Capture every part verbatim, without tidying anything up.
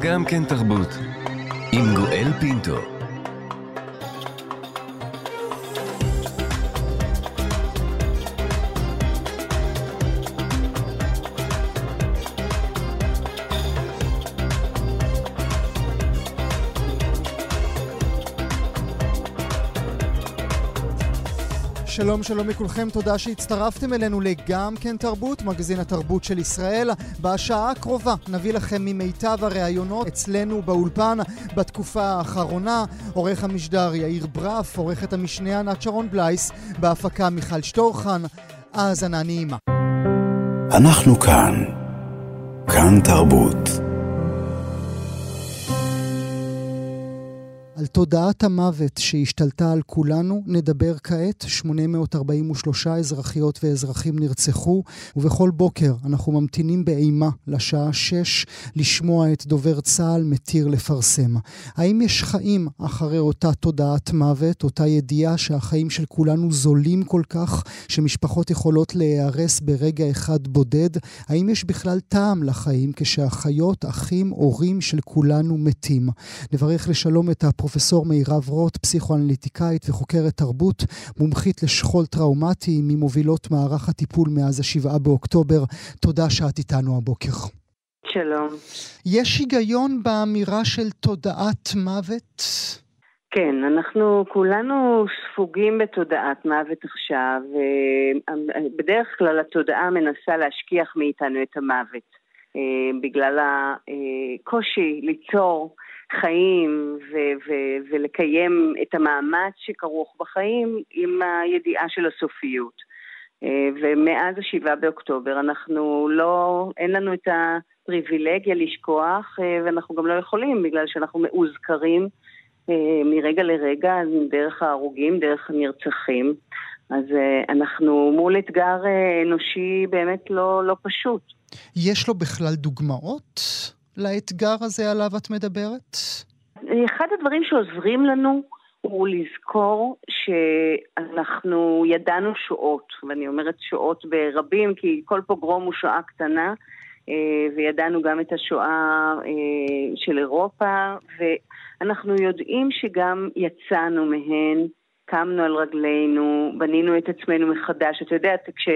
גם כן תרבות, עם גואל פינטו. שלום שלום לכולכם, תודה שהצטרפתם אלינו לגם כן תרבות, מגזין התרבות של ישראל. בשעה הקרובה נביא לכם ממיטב הראיונות אצלנו באולפן בתקופה האחרונה. עורך המשדר יאיר ברף, עורכת המשנה ענת שרון בלייס, בהפקה מיכל שטורחן. האזנה נעימה. אנחנו כאן, כאן תרבות. על תודעת המוות שהשתלטה על כולנו נדבר כעת. שמונה מאות ארבעים ושלוש אזרחיות ואזרחים נרצחו, ובכל בוקר אנחנו ממתינים באימה לשעה שש לשמוע את דובר צה"ל מתיר לפרסם. האם יש חיים אחרי אותה תודעת מוות, אותה ידיעה שהחיים של כולנו זולים כל כך, שמשפחות יכולות להיהרס ברגע אחד בודד? האם יש בכלל טעם לחיים כשהחיות, אחים, הורים של כולנו מתים? נברך לשלום את הפרופסור פרופסור מירב רוט, פסיכואנליטיקאית וחוקרת תרבות, מומחית לשכול טראומטי, ממובילות מערך הטיפול מאז השבעה באוקטובר. תודה שאת איתנו הבוקר. שלום. יש היגיון באמירה של תודעת מוות? כן, אנחנו כולנו ספוגים בתודעת מוות עכשיו, בדרך כלל התודעה מנסה להשכיח מאיתנו את המוות, בגלל הקושי ליצור חיים ו- ו- ולקיים את המאמץ שכרוך בחיים עם הידיעה של הסופיות. ומאז השבעה באוקטובר אנחנו לא, אין לנו את הפריבילגיה לשכוח, ואנחנו גם לא יכולים, בגלל שאנחנו מאוזכרים מרגע לרגע דרך ההרוגים, דרך הנרצחים. אז אנחנו מול אתגר אנושי באמת לא, לא פשוט. יש לו בכלל דוגמאות לאתגר הזה עליו את מדברת? אחד הדברים שעוזרים לנו הוא לזכור שאנחנו ידענו שואות, ואני אומרת שואות ברבים, כי כל פוגרום הוא שואה קטנה, וידענו גם את השואה של אירופה, ואנחנו יודעים שגם יצאנו מהן, קמנו על רגלינו, בנינו את עצמנו מחדש. אתה יודע, כש,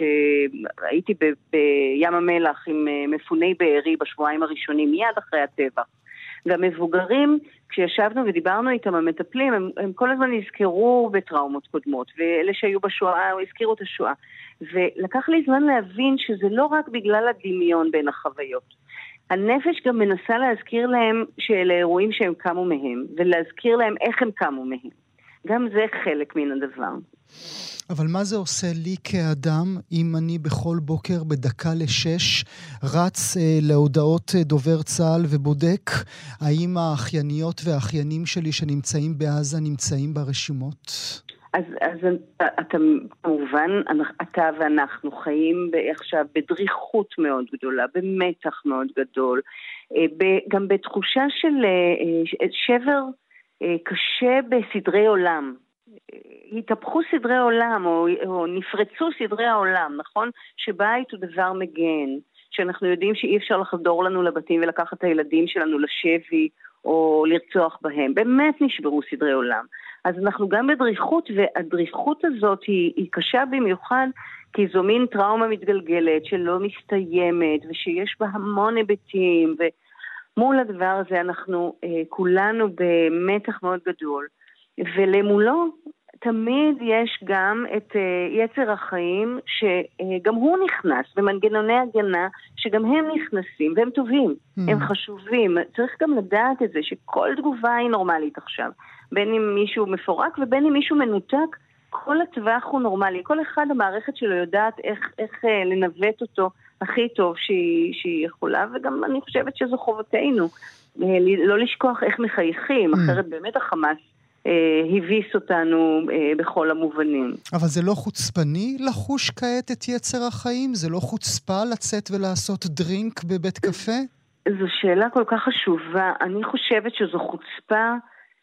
כשהייתי ב, בים המלח עם מפוני בארי בשבועיים הראשונים, מיד אחרי הטבח, והמבוגרים, כשישבנו ודיברנו איתם, המטפלים, הם, הם כל הזמן נזכרו בטראומות קודמות, ואלה שהיו בשואה, הזכירו את השואה. ולקח לי זמן להבין שזה לא רק בגלל הדמיון בין החוויות. הנפש גם מנסה להזכיר להם שאלה אירועים שהם קמו מהם, ולהזכיר להם איך הם קמו מהם. גם זה חלק מן הדבר. אבל מה זה עושה לי כאדם אם אני בכל בוקר בדקה לשש רץ אה, להודעות דובר צה"ל ובודק האם האחייניות והאחיינים שלי שנמצאים בעזה נמצאים ברשימות? אז, אז אתה, כמובן, אתה ואנחנו חיים עכשיו בדריכות מאוד גדולה, במתח מאוד גדול, גם בתחושה של שבר קשה בסדרי עולם. התהפכו סדרי עולם, או, או נפרצו סדרי העולם, נכון? שבית הוא דבר מגן, שאנחנו יודעים שאי אפשר לחדור לנו לבתים ולקחת את הילדים שלנו לשבי, או לרצוח בהם. באמת נשברו סדרי עולם. אז אנחנו גם בדריכות, והדריכות הזאת היא, היא קשה במיוחד, כי זו מין טראומה מתגלגלת שלא מסתיימת, ושיש בה המון היבטים, ומול הדבר הזה אנחנו אה, כולנו במתח מאוד גדול, ולמולו תמיד יש גם את אה, יצר החיים, שגם הוא נכנס, במנגנוני הגנה, שגם הם נכנסים, והם טובים, mm. הם חשובים. צריך גם לדעת את זה, שכל תגובה היא נורמלית עכשיו. בין אם מישהו מפורק ובין אם מישהו מנותק, כל הטווח הוא נורמלי. כל אחד המערכת שלו יודעת איך, איך אה, לנווט אותו הכי טוב שהיא, שהיא יכולה, וגם אני חושבת שזו חובתנו. אה, לא לשכוח איך מחייכים, mm. אחרת באמת החמאס אה, הביס אותנו אה, בכל המובנים. אבל זה לא חוצפני לחוש כעת את יצר החיים? זה לא חוצפה לצאת ולעשות דרינק בבית קפה? זו שאלה כל כך חשובה. אני חושבת שזו חוצפה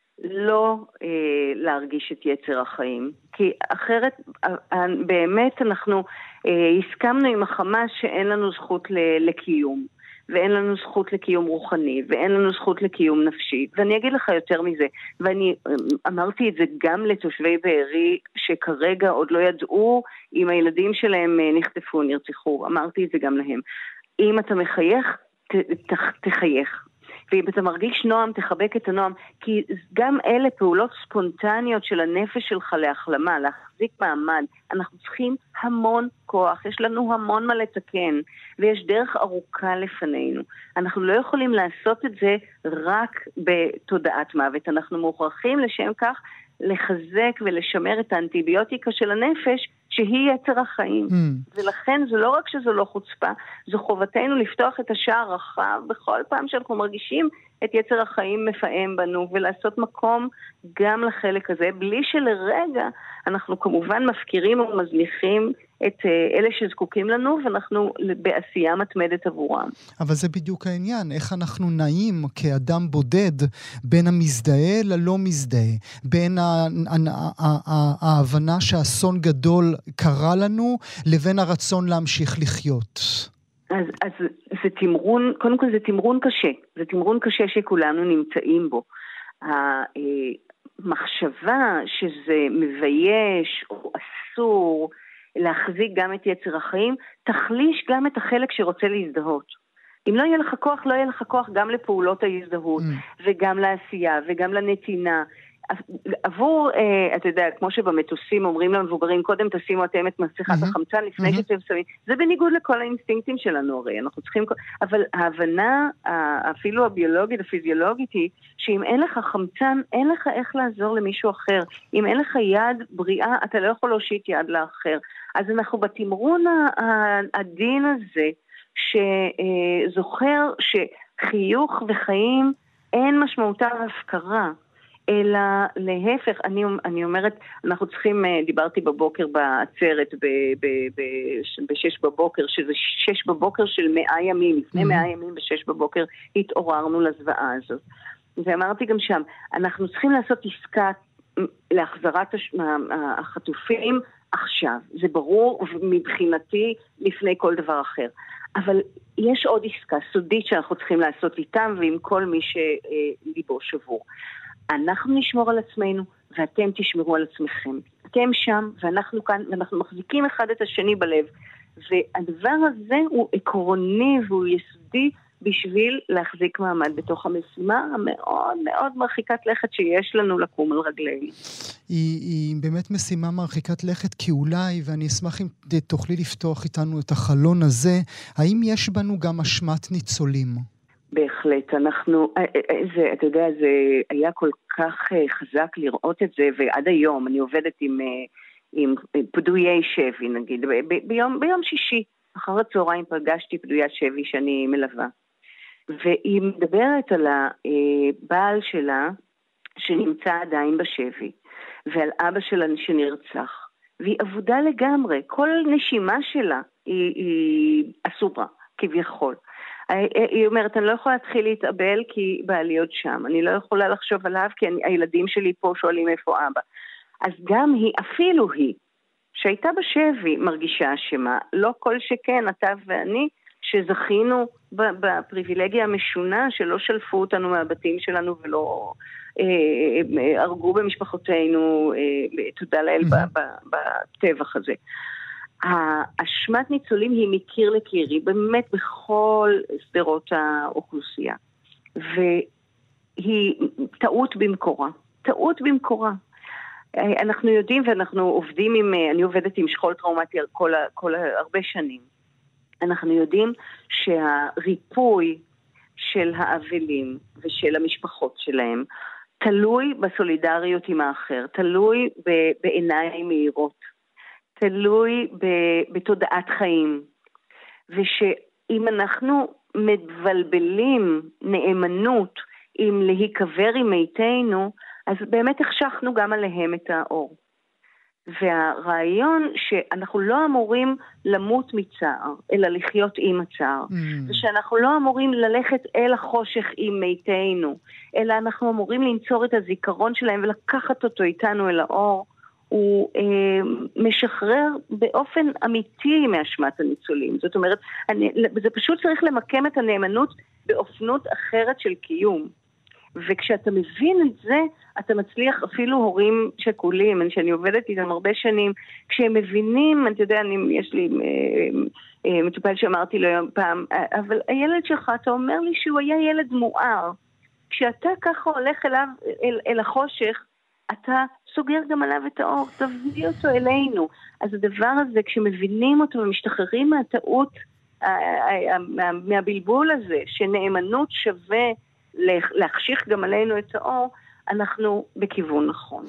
לא אה, להרגיש את יצר החיים. כי אחרת, אה, באמת אנחנו אה, הסכמנו עם החמאס שאין לנו זכות ל- לקיום. ואין לנו זכות לקיום רוחני, ואין לנו זכות לקיום נפשי. ואני אגיד לך יותר מזה, ואני אמרתי את זה גם לתושבי בארי, שכרגע עוד לא ידעו אם הילדים שלהם נחטפו, נרצחו. אמרתי את זה גם להם. אם אתה מחייך, ת, ת, תחייך. ואם אתה מרגיש נועם, תחבק את הנועם, כי גם אלה פעולות ספונטניות של הנפש שלך להחלמה, להחזיק מעמד. אנחנו צריכים המון כוח, יש לנו המון מה לתקן, ויש דרך ארוכה לפנינו. אנחנו לא יכולים לעשות את זה רק בתודעת מוות. אנחנו מוכרחים לשם כך לחזק ולשמר את האנטיביוטיקה של הנפש, שהיא יצר החיים. Mm. ולכן זה לא רק שזו לא חוצפה, זו חובתנו לפתוח את השער רחב בכל פעם שאנחנו מרגישים את יצר החיים מפעם בנו, ולעשות מקום גם לחלק הזה, בלי שלרגע אנחנו כמובן מפקירים ומזניחים את אלה שזקוקים לנו, ואנחנו בעשייה מתמדת עבורם. אבל זה בדיוק העניין, איך אנחנו נעים כאדם בודד בין המזדהה ללא מזדהה, בין ההבנה שהאסון גדול קרה לנו, לבין הרצון להמשיך לחיות. אז, אז זה תמרון, קודם כל זה תמרון קשה, זה תמרון קשה שכולנו נמצאים בו. המחשבה שזה מבייש או אסור להחזיק גם את יצר החיים, תחליש גם את החלק שרוצה להזדהות. אם לא יהיה לך כוח, לא יהיה לך כוח גם לפעולות ההזדהות, mm. וגם לעשייה, וגם לנתינה. עבור, אה, אתה יודע, כמו שבמטוסים אומרים למבוגרים, קודם תשימו אתם את מסכת mm-hmm. החמצן לפני mm-hmm. שאתם שמים. זה בניגוד לכל האינסטינקטים שלנו הרי, אנחנו צריכים, אבל ההבנה, אפילו הביולוגית, הפיזיולוגית היא, שאם אין לך חמצן, אין לך איך לעזור למישהו אחר. אם אין לך יד בריאה, אתה לא יכול להושיט יד לאחר. אז אנחנו בתמרון הדין הזה, שזוכר שחיוך וחיים אין משמעותה הפקרה, אלא להפך. אני, אני אומרת, אנחנו צריכים, דיברתי בבוקר בעצרת בשש בבוקר, שזה שש בבוקר של מאה ימים, לפני מאה ימים בשש בבוקר התעוררנו לזוועה הזאת. ואמרתי גם שם, אנחנו צריכים לעשות עסקה להחזרת החטופים עכשיו. זה ברור מבחינתי לפני כל דבר אחר. אבל יש עוד עסקה סודית שאנחנו צריכים לעשות איתם ועם כל מי שליבו שבור. אנחנו נשמור על עצמנו ואתם תשמרו על עצמכם. אתם שם ואנחנו כאן, ואנחנו מחזיקים אחד את השני בלב. והדבר הזה הוא עקרוני והוא יסודי בשביל להחזיק מעמד בתוך המשימה המאוד מאוד מרחיקת לכת שיש לנו לקום על רגלינו. היא, היא באמת משימה מרחיקת לכת, כי אולי, ואני אשמח אם תוכלי לפתוח איתנו את החלון הזה, האם יש בנו גם אשמת ניצולים? בהחלט, אנחנו, זה, אתה יודע, זה היה כל כך חזק לראות את זה, ועד היום אני עובדת עם, עם פדויי שבי, נגיד, ב, ביום, ביום שישי, אחר הצהריים פגשתי פדויית שבי שאני מלווה. והיא מדברת על הבעל שלה שנמצא עדיין בשבי, ועל אבא שלה שנרצח. והיא עבודה לגמרי, כל נשימה שלה היא, היא אסורה, כביכול. היא אומרת, אני לא יכולה להתחיל להתאבל כי בעלי עוד שם. אני לא יכולה לחשוב עליו כי אני, הילדים שלי פה שואלים איפה אבא. אז גם היא, אפילו היא, שהייתה בשבי, מרגישה אשמה. לא כל שכן, אתה ואני, שזכינו בפריבילגיה המשונה, שלא שלפו אותנו מהבתים שלנו ולא אה, אה, הרגו במשפחותינו, אה, תודה לאל, בטבח הזה. האשמת ניצולים היא מקיר לקיר, היא באמת בכל סדרות האוכלוסייה. והיא טעות במקורה. טעות במקורה. אנחנו יודעים ואנחנו עובדים עם, אני עובדת עם שכול טראומטי כל, כל הרבה שנים. אנחנו יודעים שהריפוי של האבלים ושל המשפחות שלהם תלוי בסולידריות עם האחר, תלוי בעיניים מהירות, תלוי בתודעת חיים. ושאם אנחנו מבלבלים נאמנות עם להיקבר עם מיתנו, אז באמת החשכנו גם עליהם את האור. והרעיון שאנחנו לא אמורים למות מצער, אלא לחיות עם הצער. Mm. ושאנחנו לא אמורים ללכת אל החושך עם מיתנו, אלא אנחנו אמורים לנצור את הזיכרון שלהם ולקחת אותו איתנו אל האור, הוא אה, משחרר באופן אמיתי מאשמת הניצולים. זאת אומרת, אני, זה פשוט צריך למקם את הנאמנות באופנות אחרת של קיום. וכשאתה מבין את זה, אתה מצליח אפילו הורים שכולים, שאני עובדת איתם הרבה שנים, כשהם מבינים, אתה יודע, אני, יש לי אה, אה, מטופל שאמרתי לו פעם, אבל הילד שלך, אתה אומר לי שהוא היה ילד מואר. כשאתה ככה הולך אליו, אל, אל החושך, אתה סוגר גם עליו את האור, תביא אותו אלינו. אז הדבר הזה, כשמבינים אותו ומשתחררים מהטעות, מהבלבול הזה, שנאמנות שווה להחשיך גם עלינו את האור, אנחנו בכיוון נכון.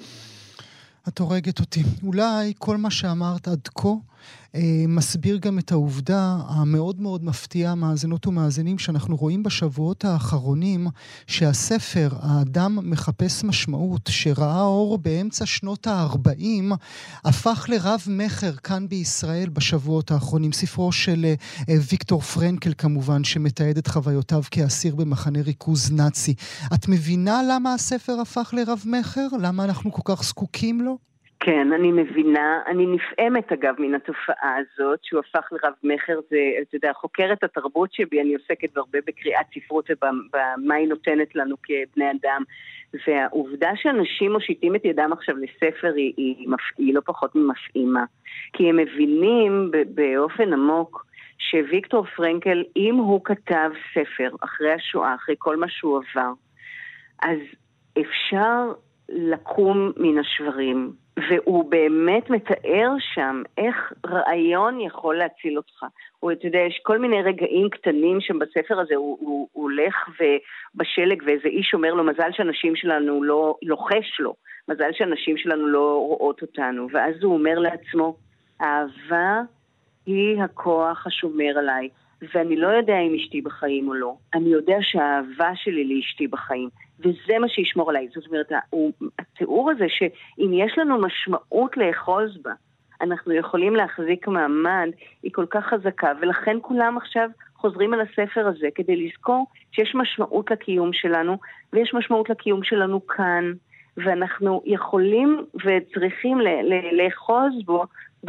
את הורגת אותי. אולי כל מה שאמרת עד כה אה, מסביר גם את העובדה המאוד מאוד מפתיעה מאזינות ומאזינים שאנחנו רואים בשבועות האחרונים שהספר האדם מחפש משמעות שראה אור באמצע שנות ה-ארבעים הפך לרב מחר כאן בישראל בשבועות האחרונים. ספרו של אה, ויקטור פרנקל כמובן שמתעד את חוויותיו כאסיר במחנה ריכוז נאצי. את מבינה למה הספר הפך לרב מחר? למה אנחנו כל כך זקוקים לו? כן, אני מבינה, אני נפעמת אגב מן התופעה הזאת, שהוא הפך לרב מחר, זה, אתה יודע, חוקרת התרבות שבי, אני עוסקת הרבה בקריאת ספרות ובמה היא נותנת לנו כבני אדם, והעובדה שאנשים מושיטים את ידם עכשיו לספר היא, היא, היא לא פחות ממפעימה, כי הם מבינים באופן עמוק שוויקטור פרנקל, אם הוא כתב ספר אחרי השואה, אחרי כל מה שהוא עבר, אז אפשר לקום מן השברים, והוא באמת מתאר שם איך רעיון יכול להציל אותך. הוא, אתה יודע, יש כל מיני רגעים קטנים שם בספר הזה, הוא, הוא, הוא הולך בשלג ואיזה איש אומר לו, מזל שאנשים שלנו לא לוחש לו, מזל שאנשים שלנו לא רואות אותנו, ואז הוא אומר לעצמו, האהבה היא הכוח השומר עליי, ואני לא יודע אם אשתי בחיים או לא, אני יודע שהאהבה שלי לאשתי בחיים, וזה מה שישמור עליי. זאת אומרת, התיאור הזה שאם יש לנו משמעות לאחוז בה, אנחנו יכולים להחזיק מעמד, היא כל כך חזקה, ולכן כולם עכשיו חוזרים על הספר הזה, כדי לזכור שיש משמעות לקיום שלנו, ויש משמעות לקיום שלנו כאן, ואנחנו יכולים וצריכים לאחוז בו,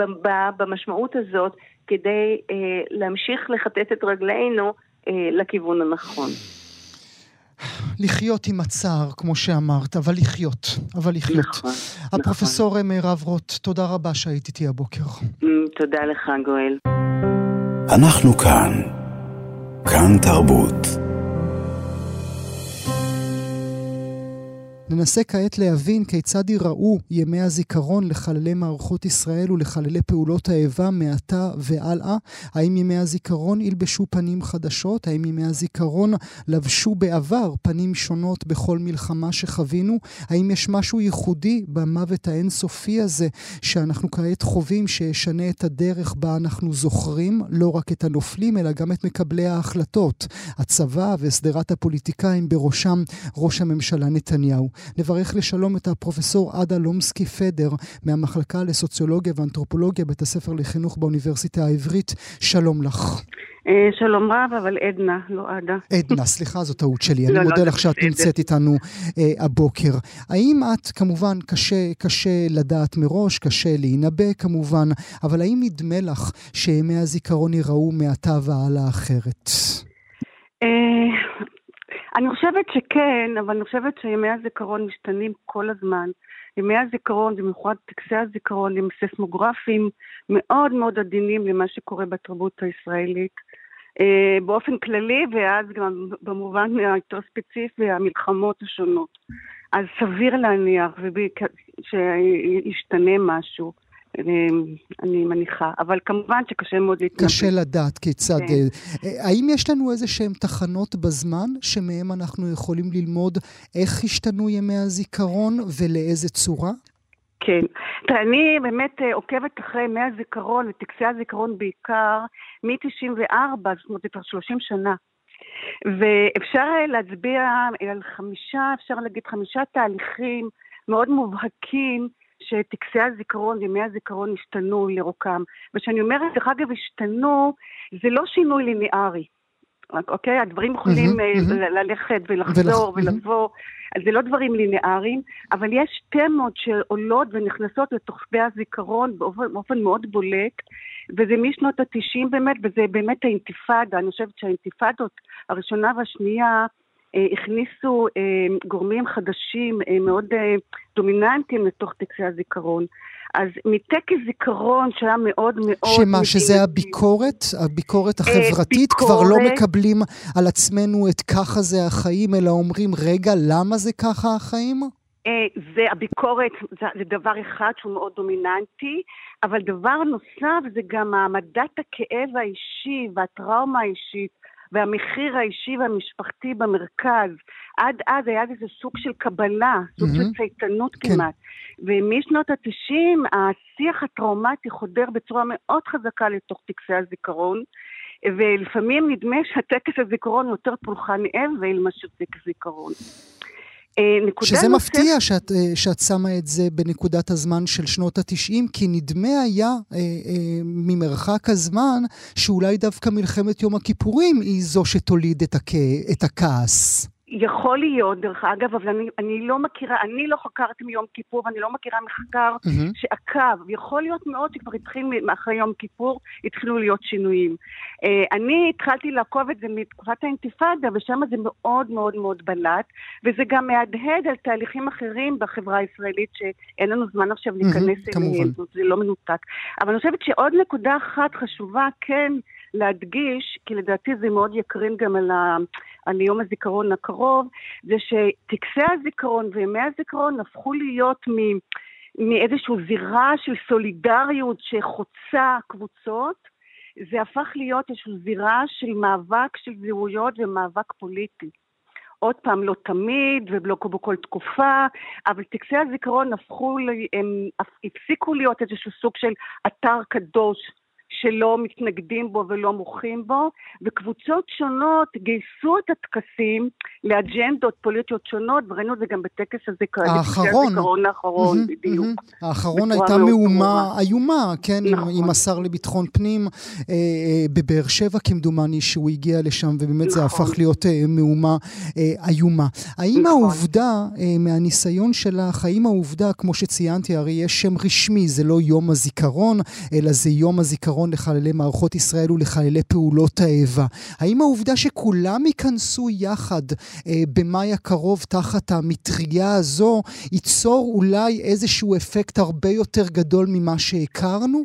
במשמעות הזאת, כדי אה, להמשיך לחטט את רגלינו אה, לכיוון הנכון. לחיות עם הצער, כמו שאמרת, אבל לחיות, אבל לחיות. נכון, הפרופסור נכון. מירב רוט, תודה רבה שהיית איתי הבוקר. תודה לך, גואל. אנחנו כאן, כאן תרבות. ננסה כעת להבין כיצד ייראו ימי הזיכרון לחללי מערכות ישראל ולחללי פעולות האיבה מעתה והלאה. האם ימי הזיכרון ילבשו פנים חדשות? האם ימי הזיכרון לבשו בעבר פנים שונות בכל מלחמה שחווינו? האם יש משהו ייחודי במוות האינסופי הזה שאנחנו כעת חווים שישנה את הדרך בה אנחנו זוכרים לא רק את הנופלים אלא גם את מקבלי ההחלטות, הצבא וסדרת הפוליטיקאים בראשם ראש הממשלה נתניהו. נברך לשלום את הפרופסור עדה לומסקי פדר מהמחלקה לסוציולוגיה ואנתרופולוגיה בית הספר לחינוך באוניברסיטה העברית. שלום לך. שלום רב, אבל עדנה, לא עדה. עדנה, סליחה, זו טעות שלי. אני מודה לך שאת נמצאת איתנו הבוקר. האם את, כמובן, קשה לדעת מראש, קשה להינבא כמובן, אבל האם נדמה לך שימי הזיכרון ייראו מעתה והלאה אחרת? אני חושבת שכן, אבל אני חושבת שימי הזיכרון משתנים כל הזמן. ימי הזיכרון, במיוחד טקסי הזיכרון, הם ססמוגרפיים מאוד מאוד עדינים למה שקורה בתרבות הישראלית. באופן כללי, ואז גם במובן היותר ספציפי, המלחמות השונות. אז סביר להניח שישתנה משהו. אני מניחה, אבל כמובן שקשה מאוד להתנבא. קשה לדעת כיצד. האם יש לנו איזה שהם תחנות בזמן שמהם אנחנו יכולים ללמוד איך השתנו ימי הזיכרון ולאיזה צורה? כן. אני באמת עוקבת אחרי ימי הזיכרון וטקסי הזיכרון בעיקר מ-תשעים וארבע, זאת אומרת כבר שלושים שנה. ואפשר להצביע על חמישה, אפשר להגיד חמישה תהליכים מאוד מובהקים שטקסי הזיכרון וימי הזיכרון השתנו לרוקם. ושאני אומרת, דרך אגב, השתנו, זה לא שינוי ליניארי. אוקיי? הדברים יכולים ללכת ולחזור ולבוא, אז זה לא דברים לינאריים, אבל יש תמות שעולות ונכנסות לתוך שדה הזיכרון באופן מאוד בולט, וזה משנות ה-תשעים באמת, וזה באמת האינתיפאדה. אני חושבת שהאינתיפאדות הראשונה והשנייה הכניסו גורמים חדשים מאוד דומיננטיים לתוך טקסי הזיכרון. אז מטקס זיכרון שהיה מאוד מאוד... שמה, שזה הביקורת, הביקורת החברתית, כבר לא מקבלים על עצמנו את ככה זה החיים, אלא אומרים, רגע, למה זה ככה החיים? זה הביקורת, זה דבר אחד שהוא מאוד דומיננטי, אבל דבר נוסף זה גם העמדת הכאב האישי והטראומה האישית, והמחיר האישי והמשפחתי במרכז. עד אז היה איזה סוג של קבלה, סוג של צייתנות כמעט. ומשנות ה-תשעים, השיח הטראומטי חודר בצורה מאוד חזקה לתוך טקסי הזיכרון, ולפעמים נדמה שהטקס הזיכרון יותר פולחן אבל מאשר טקס זיכרון. שזה מפתיע שאת, שאת שמה את זה בנקודת הזמן של שנות ה-תשעים, כי נדמה היה אה, אה, ממרחק הזמן שאולי דווקא מלחמת יום הכיפורים היא זו שתוליד את, הכ... את הכעס. יכול להיות, דרך אגב, אבל אני, אני לא מכירה, אני לא חקרתי מיום כיפור, ואני לא מכירה מחקר mm-hmm. שעקב. יכול להיות מאוד שכבר התחיל מאחרי יום כיפור, התחילו להיות שינויים. Uh, אני התחלתי לעקוב את זה מתקופת האינתיפאדה, ושם זה מאוד מאוד מאוד בלט, וזה גם מהדהד על תהליכים אחרים בחברה הישראלית, שאין לנו זמן עכשיו להיכנס mm-hmm, אליהם, זה לא מנותק. אבל אני חושבת שעוד נקודה אחת חשובה, כן, להדגיש, כי לדעתי זה מאוד יקרין גם על, ה, על יום הזיכרון הקרוב, זה שטקסי הזיכרון וימי הזיכרון הפכו להיות מ, מאיזשהו זירה של סולידריות שחוצה קבוצות, זה הפך להיות איזשהו זירה של מאבק של זהויות ומאבק פוליטי. עוד פעם, לא תמיד ולא בכל תקופה, אבל טקסי הזיכרון הפכו, הם הפסיקו להיות איזשהו סוג של אתר קדוש, שלא מתנגדים בו ולא מוחים בו, וקבוצות שונות גייסו את הטקסים לאג'נדות פוליטיות שונות, וראינו את זה גם בטקס הזיכרון. האחרון. האחרון, בדיוק. האחרון הייתה מהומה איומה, כן, עם השר לביטחון פנים, בבאר שבע כמדומני שהוא הגיע לשם, ובאמת זה הפך להיות מהומה איומה. האם העובדה, מהניסיון שלך, האם העובדה, כמו שציינתי, הרי יש שם רשמי, זה לא יום הזיכרון, אלא זה יום הזיכרון, לחללי מערכות ישראל ולחללי פעולות האיבה. האם העובדה שכולם ייכנסו יחד אה, במאי הקרוב תחת המטריה הזו, ייצור אולי איזשהו אפקט הרבה יותר גדול ממה שהכרנו?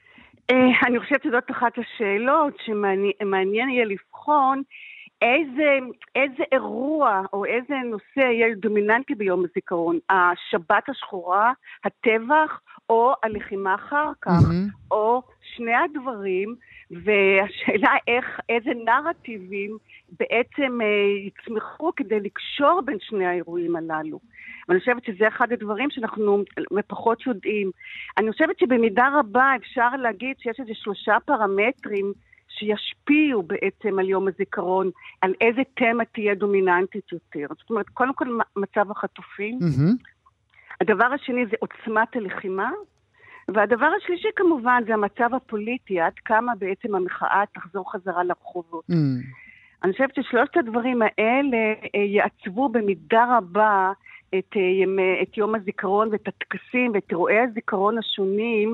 אה, אני חושבת שזאת אחת השאלות שמעניין יהיה לבחון איזה, איזה אירוע או איזה נושא יהיה דומיננטי ביום הזיכרון. השבת השחורה, הטבח, או הלחימה אחר כך, mm-hmm. או שני הדברים, והשאלה איך, איזה נרטיבים בעצם אה, יצמחו כדי לקשור בין שני האירועים הללו. ואני חושבת שזה אחד הדברים שאנחנו פחות יודעים. אני חושבת שבמידה רבה אפשר להגיד שיש איזה שלושה פרמטרים שישפיעו בעצם על יום הזיכרון, על איזה תמה תהיה דומיננטית יותר. זאת אומרת, קודם כל מצב החטופים, mm-hmm. הדבר השני זה עוצמת הלחימה, והדבר השלישי כמובן זה המצב הפוליטי, עד כמה בעצם המחאה תחזור חזרה לרחובות. Mm. אני חושבת ששלושת הדברים האלה יעצבו במידה רבה את, את יום הזיכרון ואת הטקסים ואת אירועי הזיכרון השונים,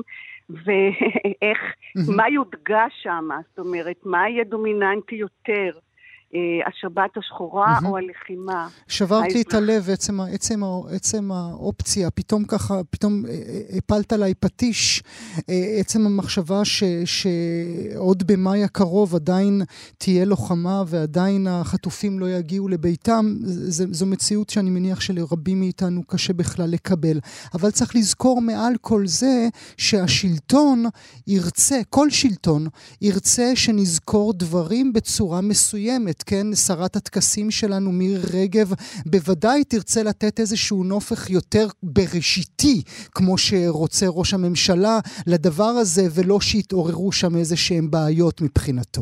ואיך, mm-hmm. מה יודגש שם, זאת אומרת, מה יהיה דומיננטי יותר. השבת השחורה mm-hmm. או הלחימה. שברת לי את הלב, עצם, עצם, עצם האופציה, פתאום ככה, פתאום הפלת עליי פטיש, עצם המחשבה ש, שעוד במאי הקרוב עדיין תהיה לוחמה ועדיין החטופים לא יגיעו לביתם, זו, זו מציאות שאני מניח שלרבים מאיתנו קשה בכלל לקבל. אבל צריך לזכור מעל כל זה שהשלטון ירצה, כל שלטון ירצה שנזכור דברים בצורה מסוימת. כן, שרת התקסים שלנו מיר רגב בוודאי תרצה לתת איזשהו נופך יותר בראשיתי, כמו שרוצה ראש הממשלה לדבר הזה, ולא שיתעוררו שם איזה שהם בעיות מבחינתו.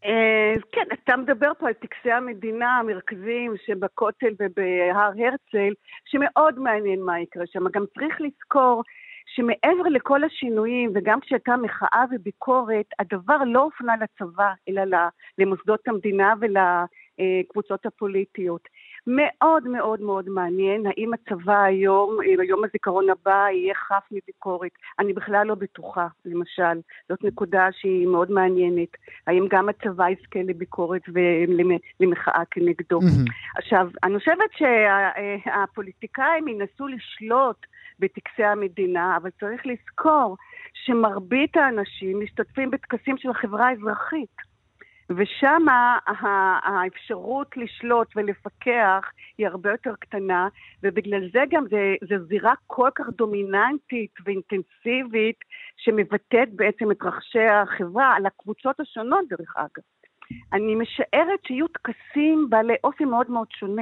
כן, אתה מדבר פה על טקסי המדינה המרכזיים שבכותל ובהר הרצל, שמאוד מעניין מה יקרה שם. גם צריך לזכור שמעבר לכל השינויים, וגם כשהייתה מחאה וביקורת, הדבר לא הופנה לצבא, אלא למוסדות המדינה ולקבוצות הפוליטיות. מאוד מאוד מאוד מעניין, האם הצבא היום, ביום הזיכרון הבא, יהיה חף מביקורת. אני בכלל לא בטוחה, למשל. זאת נקודה שהיא מאוד מעניינת. האם גם הצבא יזכה לביקורת ולמחאה כנגדו. Mm-hmm. עכשיו, אני חושבת שהפוליטיקאים ינסו לשלוט בטקסי המדינה, אבל צריך לזכור שמרבית האנשים משתתפים בטקסים של החברה האזרחית. ושם האפשרות לשלוט ולפקח היא הרבה יותר קטנה, ובגלל זה גם זה, זה זירה כל כך דומיננטית ואינטנסיבית, שמבטאת בעצם את רחשי החברה על הקבוצות השונות דרך אגב. אני משערת שיהיו טקסים בעלי אופי מאוד מאוד שונה.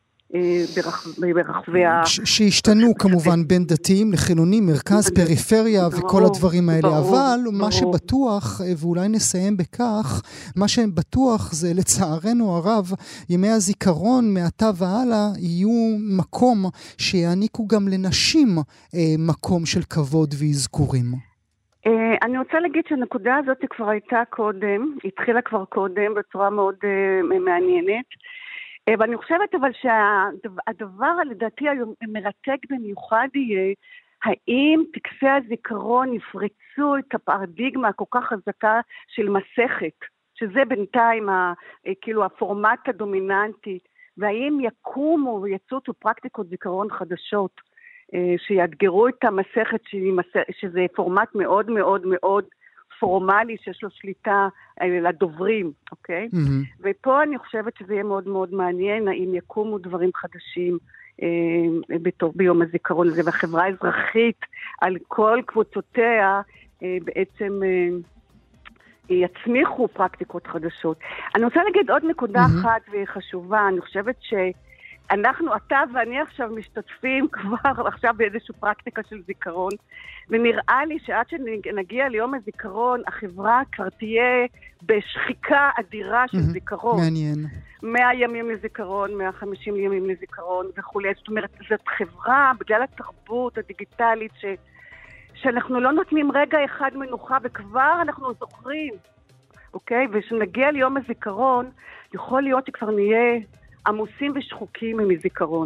ברחבי ה... שהשתנו כמובן בין דתיים לחילונים, מרכז, פריפריה וכל הדברים האלה, אבל מה שבטוח, ואולי נסיים בכך, מה שבטוח זה לצערנו הרב, ימי הזיכרון מעתה והלאה יהיו מקום שיעניקו גם לנשים מקום של כבוד ואזכורים. אני רוצה להגיד שהנקודה הזאת כבר הייתה קודם, התחילה כבר קודם בצורה מאוד מעניינת, ואני חושבת אבל שהדבר לדעתי המרתק במיוחד יהיה, האם טקסי הזיכרון יפרצו את הפרדיגמה הכל כך חזקה של מסכת, שזה בינתיים ה, כאילו הפורמט הדומיננטי, והאם יקומו ויצוצו פרקטיקות זיכרון חדשות, שיאתגרו את המסכת שזה פורמט מאוד מאוד מאוד פורמלי שיש לו שליטה לדוברים, אוקיי? Mm-hmm. ופה אני חושבת שזה יהיה מאוד מאוד מעניין, האם יקומו דברים חדשים אה, בתור, ביום הזיכרון הזה, והחברה האזרחית על כל קבוצותיה אה, בעצם אה, יצמיחו פרקטיקות חדשות. אני רוצה להגיד עוד נקודה mm-hmm. אחת והיא חשובה, אני חושבת ש... אנחנו, אתה ואני עכשיו משתתפים כבר עכשיו באיזושהי פרקטיקה של זיכרון, ונראה לי שעד שנגיע ליום הזיכרון, החברה כבר תהיה בשחיקה אדירה של mm-hmm. זיכרון. מעניין. מאה ימים לזיכרון, מאה וחמישים ימים לזיכרון וכו'. זאת אומרת, זאת חברה, בגלל התרבות הדיגיטלית, ש... שאנחנו לא נותנים רגע אחד מנוחה, וכבר אנחנו זוכרים, אוקיי? ושנגיע ליום הזיכרון, יכול להיות שכבר נהיה... עמוסים ושחוקים מזיכרון.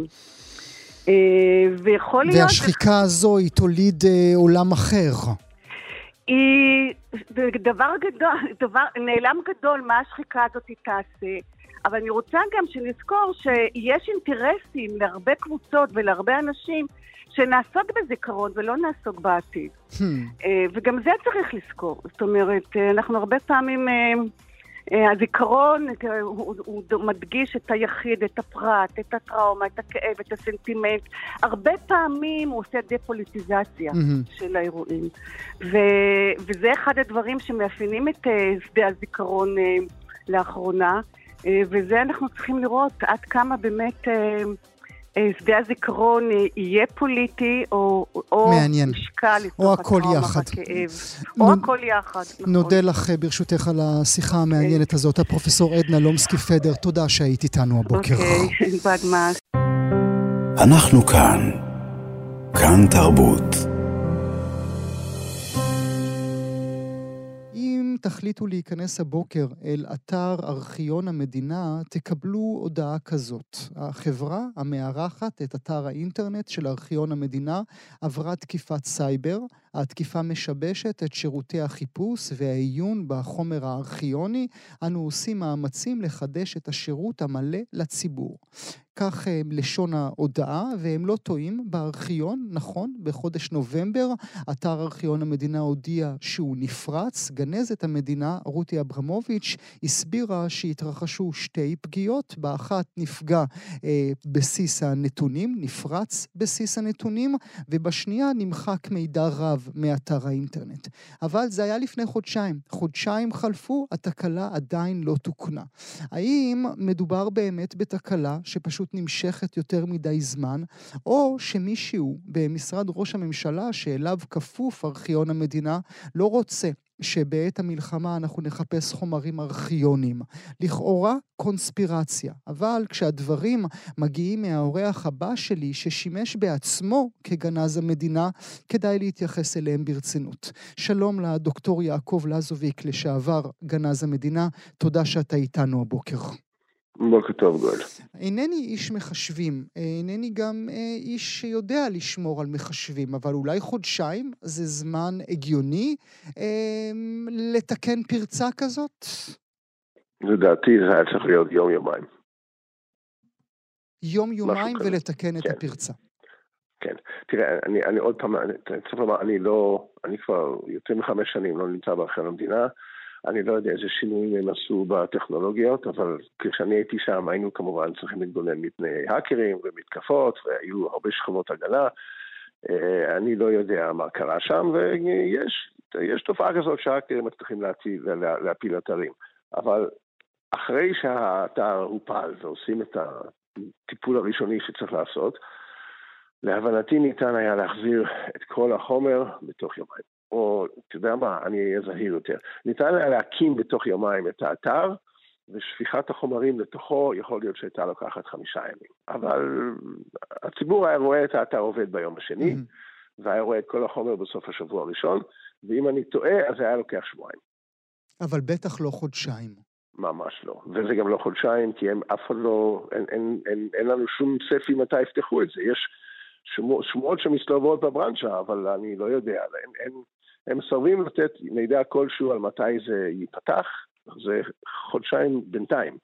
ויכול להיות... והשחיקה הזו היא תוליד עולם אחר. היא דבר גדול, דבר, נעלם גדול מה השחיקה הזאת תעשה, אבל אני רוצה גם שנזכור שיש אינטרסים להרבה קבוצות ולהרבה אנשים שנעסוק בזיכרון ולא נעסוק בעתיד. Hmm. וגם זה צריך לזכור. זאת אומרת, אנחנו הרבה פעמים... הזיכרון הוא, הוא מדגיש את היחיד, את הפרט, את הטראומה, את הכאב, את הסנטימנט. הרבה פעמים הוא עושה דפוליטיזציה mm-hmm. של האירועים. ו, וזה אחד הדברים שמאפיינים את שדה הזיכרון לאחרונה, וזה אנחנו צריכים לראות עד כמה באמת שדה הזיכרון יהיה פוליטי, או, או משקל לתוך הטראומה והכאב. או הכל יחד. נכון. נודה לך ברשותך על השיחה המעניינת הזאת, הפרופסור עדנה לומסקי פדר, תודה שהיית איתנו הבוקר. אוקיי, בעד מה. אנחנו כאן, כאן תרבות. תחליטו להיכנס הבוקר אל אתר ארכיון המדינה, תקבלו הודעה כזאת. החברה המארחת את אתר האינטרנט של ארכיון המדינה עברה תקיפת סייבר. התקיפה משבשת את שירותי החיפוש והעיון בחומר הארכיוני. אנו עושים מאמצים לחדש את השירות המלא לציבור. כך לשון ההודעה, והם לא טועים, בארכיון, נכון, בחודש נובמבר, אתר ארכיון המדינה הודיע שהוא נפרץ. גנזת המדינה, רותי אברמוביץ', הסבירה שהתרחשו שתי פגיעות, באחת נפגע אה, בסיס הנתונים, נפרץ בסיס הנתונים, ובשנייה נמחק מידע רב מאתר האינטרנט. אבל זה היה לפני חודשיים. חודשיים חלפו, התקלה עדיין לא תוקנה. האם מדובר באמת בתקלה שפשוט נמשכת יותר מדי זמן, או שמישהו במשרד ראש הממשלה שאליו כפוף ארכיון המדינה לא רוצה שבעת המלחמה אנחנו נחפש חומרים ארכיוניים. לכאורה קונספירציה, אבל כשהדברים מגיעים מהאורח הבא שלי ששימש בעצמו כגנז המדינה, כדאי להתייחס אליהם ברצינות. שלום לדוקטור יעקב לזוביק, לשעבר גנז המדינה, תודה שאתה איתנו הבוקר. בוקר טוב גואל. אינני איש מחשבים, אינני גם איש שיודע לשמור על מחשבים, אבל אולי חודשיים זה זמן הגיוני אה, לתקן פרצה כזאת? לדעתי זה היה צריך להיות יום יומיים. יום יומיים ולתקן את כן. הפרצה. כן, תראה, אני, אני עוד פעם, אני צריך לומר, אני לא, אני כבר יותר מחמש שנים לא נמצא בארכיון המדינה, אני לא יודע איזה שינויים הם עשו בטכנולוגיות, אבל כשאני הייתי שם היינו כמובן צריכים להתגונן מפני האקרים ומתקפות, והיו הרבה שכבות הגנה. אני לא יודע מה קרה שם, ויש יש תופעה כזאת שהאקרים מצליחים להפיל, להפיל אתרים. אבל אחרי שהאתר הופל ועושים את הטיפול הראשוני שצריך לעשות, להבנתי ניתן היה להחזיר את כל החומר בתוך יומיים. או, אתה יודע מה, אני אהיה זהיר יותר. ניתן היה להקים בתוך יומיים את האתר, ושפיכת החומרים לתוכו יכול להיות שהייתה לוקחת חמישה ימים. אבל הציבור היה רואה את האתר עובד ביום השני, mm-hmm. והיה רואה את כל החומר בסוף השבוע הראשון, ואם אני טועה, אז זה היה לוקח שבועיים. אבל בטח לא חודשיים. ממש לא. וזה גם לא חודשיים, כי הם אף אחד לא, אין, אין, אין, אין לנו שום צפי מתי יפתחו את זה. יש שמוע, שמועות שמסתובבות בברנצ'ה, אבל אני לא יודע. הם, הם, הם מסרבים לתת מידע כלשהו על מתי זה ייפתח. זה חודשיים בינתיים.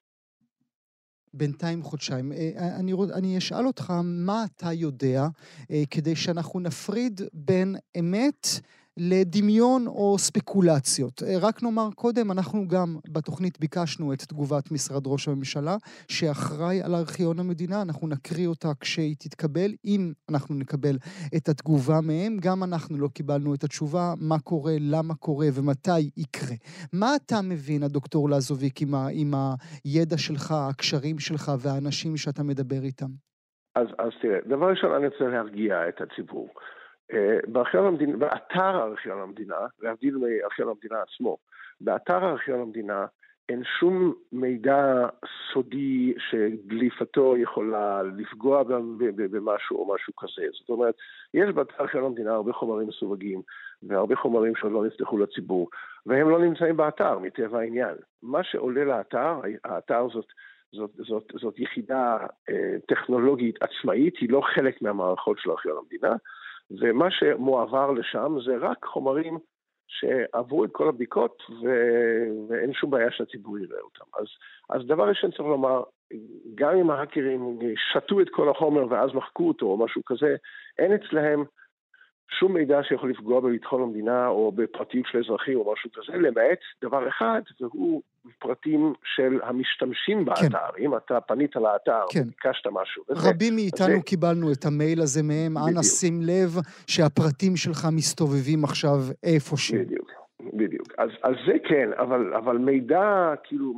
בינתיים חודשיים. אני, אני אשאל אותך מה אתה יודע, כדי שאנחנו נפריד בין אמת לדמיון או ספקולציות. רק נאמר קודם, אנחנו גם בתוכנית ביקשנו את תגובת משרד ראש הממשלה, שאחראי על ארכיון המדינה, אנחנו נקריא אותה כשהיא תתקבל, אם אנחנו נקבל את התגובה מהם, גם אנחנו לא קיבלנו את התשובה, מה קורה, למה קורה ומתי יקרה. מה אתה מבין, הדוקטור לזוביק, עם, ה, עם הידע שלך, הקשרים שלך והאנשים שאתה מדבר איתם? אז, אז תראה, דבר ראשון אני רוצה להרגיע את הציבור. בארכיון המדינה, באתר ארכיון המדינה, להבדיל מארכיון המדינה עצמו, באתר ארכיון המדינה אין שום מידע סודי שדליפתו יכולה לפגוע במשהו או משהו כזה. זאת אומרת, יש באתר ארכיון המדינה הרבה חומרים מסווגים, והרבה חומרים שעוד לא נפתחו לציבור, והם לא נמצאים באתר, מטבע העניין. מה שעולה לאתר, האתר זאת, זאת, זאת, זאת יחידה אה, טכנולוגית עצמאית, היא לא חלק מהמערכות של ארכיון המדינה, ומה שמועבר לשם זה רק חומרים שעברו את כל הבדיקות ו- ואין שום בעיה שהציבור יראה אותם. אז, אז דבר ראשון צריך לומר, גם אם ההאקרים שתו את כל החומר ואז מחקו אותו או משהו כזה, אין אצלהם שום מידע שיכול לפגוע בביטחון המדינה או בפרטיות של אזרחים או משהו כזה, למעט דבר אחד, והוא פרטים של המשתמשים באתר. כן. אם אתה פנית לאתר, כן. וביקשת משהו. וזה, רבים מאיתנו זה... קיבלנו את המייל הזה מהם, אנא שים לב שהפרטים שלך מסתובבים עכשיו איפשהו. בדיוק, בדיוק. אז, אז זה כן, אבל, אבל מידע, כאילו,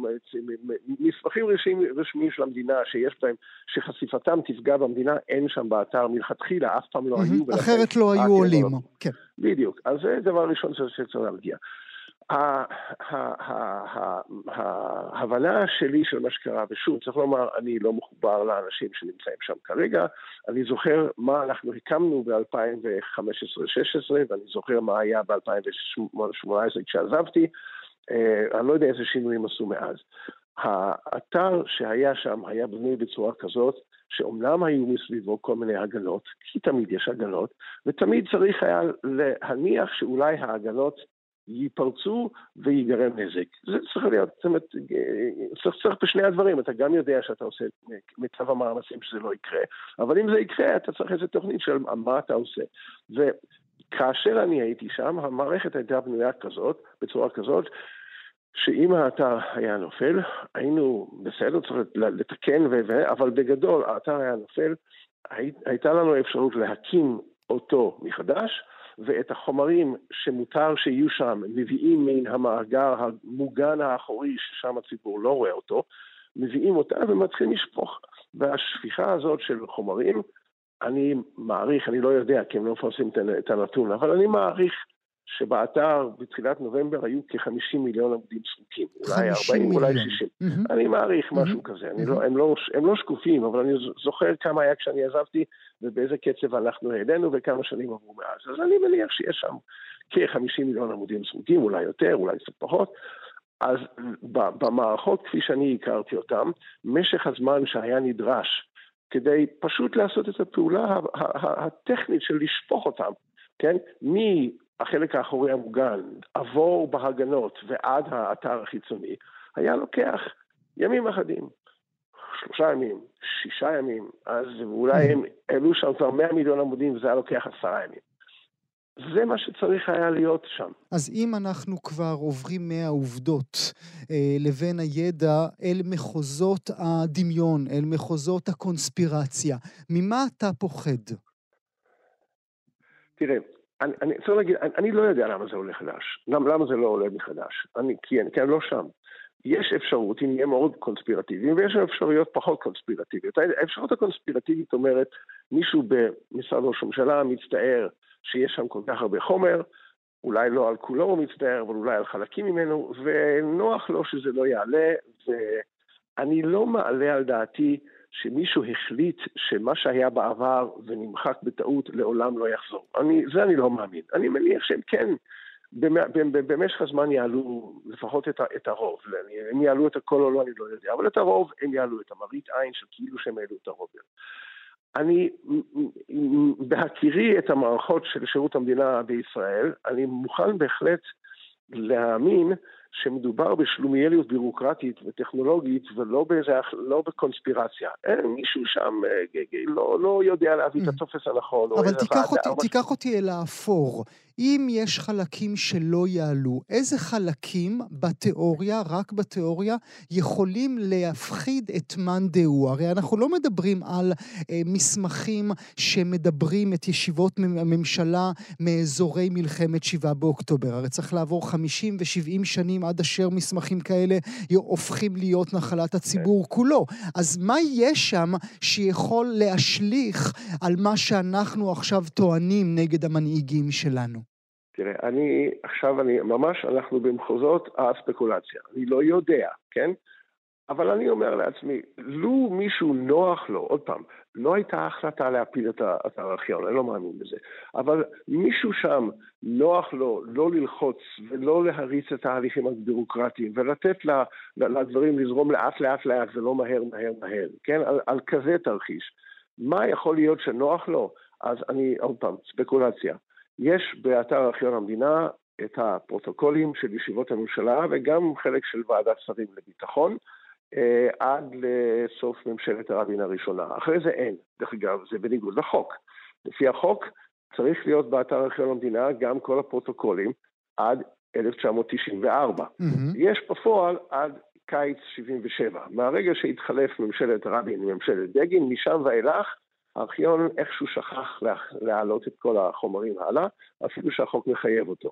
מסמכים רשמיים, רשמיים של המדינה שיש בהם, שחשיפתם תפגע במדינה, אין שם באתר מלכתחילה, אף פעם לא היו. אחרת לא היו עולים. כן. בדיוק. אז זה דבר ראשון שצריך להרגיע. ההבנה שלי של מה שקרה, ושוב, צריך לומר, אני לא מחובר לאנשים שנמצאים שם כרגע, אני זוכר מה אנחנו הקמנו ב-אלפיים וחמש עשרה שש עשרה, ואני זוכר מה היה ב-אלפיים ושמונה עשרה כשעזבתי, אני לא יודע איזה שינויים עשו מאז. האתר שהיה שם היה בנוי בצורה כזאת, שאומנם היו מסביבו כל מיני הגנות, כי תמיד יש הגנות, ותמיד צריך היה להניח שאולי ההגנות ייפרצו ויגרם נזק. זה צריך להיות, זאת אומרת, צריך, צריך בשני הדברים, אתה גם יודע שאתה עושה מצב המאמצים שזה לא יקרה, אבל אם זה יקרה, אתה צריך איזו תוכנית של מה אתה עושה. וכאשר אני הייתי שם, המערכת הייתה בנויה כזאת, בצורה כזאת, שאם האתר היה נופל, היינו בסדר, צריך לתקן, ו- אבל בגדול, האתר היה נופל, הי- הייתה לנו אפשרות להקים אותו מחדש, ואת החומרים שמותר שיהיו שם, מביאים מן המאגר המוגן האחורי, ששם הציבור לא רואה אותו, מביאים אותה ומתחילים לשפוך. והשפיכה הזאת של חומרים, אני מעריך, אני לא יודע, כי הם לא מפרסמים את הנתון, אבל אני מעריך שבאתר בתחילת נובמבר היו כ-חמישים מיליון עמודים סרוקים. אולי ארבעים, מיליון. אולי שישים. Mm-hmm. אני מעריך משהו mm-hmm. כזה. אני mm-hmm. לא, הם, לא, הם לא שקופים, אבל אני זוכר כמה היה כשאני עזבתי, ובאיזה קצב אנחנו העלינו, וכמה שנים עברו מאז. אז אני מניח שיש שם כ-חמישים מיליון עמודים סרוקים, אולי יותר, אולי קצת פחות. אז במערכות, כפי שאני הכרתי אותם, משך הזמן שהיה נדרש, כדי פשוט לעשות את הפעולה הטכנית של לשפוך אותם, כן? מהחלק האחורי המוגן, עבור בהגנות ועד האתר החיצוני, היה לוקח ימים אחדים, שלושה ימים, שישה ימים, אז אולי הם העלו שם כבר מאה מיליון עמודים, וזה היה לוקח עשרה ימים. זה מה שצריך היה להיות שם. אז אם אנחנו כבר עוברים מהעובדות אה, לבין הידע אל מחוזות הדמיון, אל מחוזות הקונספירציה, ממה אתה פוחד? תראה, אני, אני צריך להגיד, אני, אני לא יודע למה זה עולה חדש. למה, למה זה לא עולה מחדש? אני, כי, אני, כי אני לא שם. יש אפשרות, אם נהיה מאוד קונספירטיביים, ויש אפשרויות פחות קונספירטיביות. האפשרות הקונספירטיבית אומרת, מישהו במשרד ראש הממשלה מצטער שיש שם כל כך הרבה חומר, אולי לא על כולו הוא מצטער, אבל אולי על חלקים ממנו, ונוח לו שזה לא יעלה, ואני לא מעלה על דעתי שמישהו החליט שמה שהיה בעבר ונמחק בטעות לעולם לא יחזור. אני, זה אני לא מאמין. אני מניח שהם כן, במשך הזמן יעלו לפחות את, את הרוב. הם יעלו את הכל או לא, אני לא יודע, אבל את הרוב הם יעלו את המראית עין של כאילו שהם יעלו את הרוב. אני, בהכירי את המערכות של שירות המדינה בישראל, אני מוכן בהחלט להאמין שמדובר בשלומיאליות בירוקרטית וטכנולוגית ולא באיזה, לא בקונספירציה. אין מישהו שם לא, לא יודע להביא את התופס הנכון. אבל תיקח אותי, תיקח אותי אל האפור. אם יש חלקים שלא יעלו, איזה חלקים בתיאוריה, רק בתיאוריה, יכולים להפחיד את מאן דהוא? הרי אנחנו לא מדברים על אה, מסמכים שמדברים את ישיבות הממשלה מאזורי מלחמת שבעה באוקטובר. הרי צריך לעבור חמישים ושבעים שנים עד אשר מסמכים כאלה הופכים להיות נחלת הציבור כולו. אז מה יש שם שיכול להשליך על מה שאנחנו עכשיו טוענים נגד המנהיגים שלנו? תראה, אני, עכשיו אני, ממש אנחנו במחוזות הספקולציה. אני לא יודע, כן? אבל אני אומר לעצמי, לו מישהו נוח לו, עוד פעם, לא הייתה החלטה להפיל את הארכיון, אני לא מאמין בזה, אבל מישהו שם נוח לו לא ללחוץ ולא להריץ את ההליכים הבירוקרטיים, ולתת לדברים לזרום לאט לאט לאט ולא מהר מהר מהר, כן? על, על כזה תרחיש. מה יכול להיות שנוח לו? אז אני, עוד פעם, ספקולציה. יש באתר ארכיון המדינה את הפרוטוקולים של ישיבות הממשלה וגם חלק של ועדת שרים לביטחון, עד לסוף ממשלת רבין הראשונה. אחרי זה אין. דרך אגב, זה בניגוד לחוק. לפי החוק צריך להיות באתר ארכיון המדינה גם כל הפרוטוקולים עד אלף תשע מאות תשעים וארבע. Mm-hmm. יש בפועל עד קיץ שבעים ושבע. מהרגע שהתחלף ממשלת רבין וממשלת בגין, משם ואילך, הארכיון איכשהו שכח להעלות את כל החומרים הלאה, אפילו שהחוק מחייב אותו.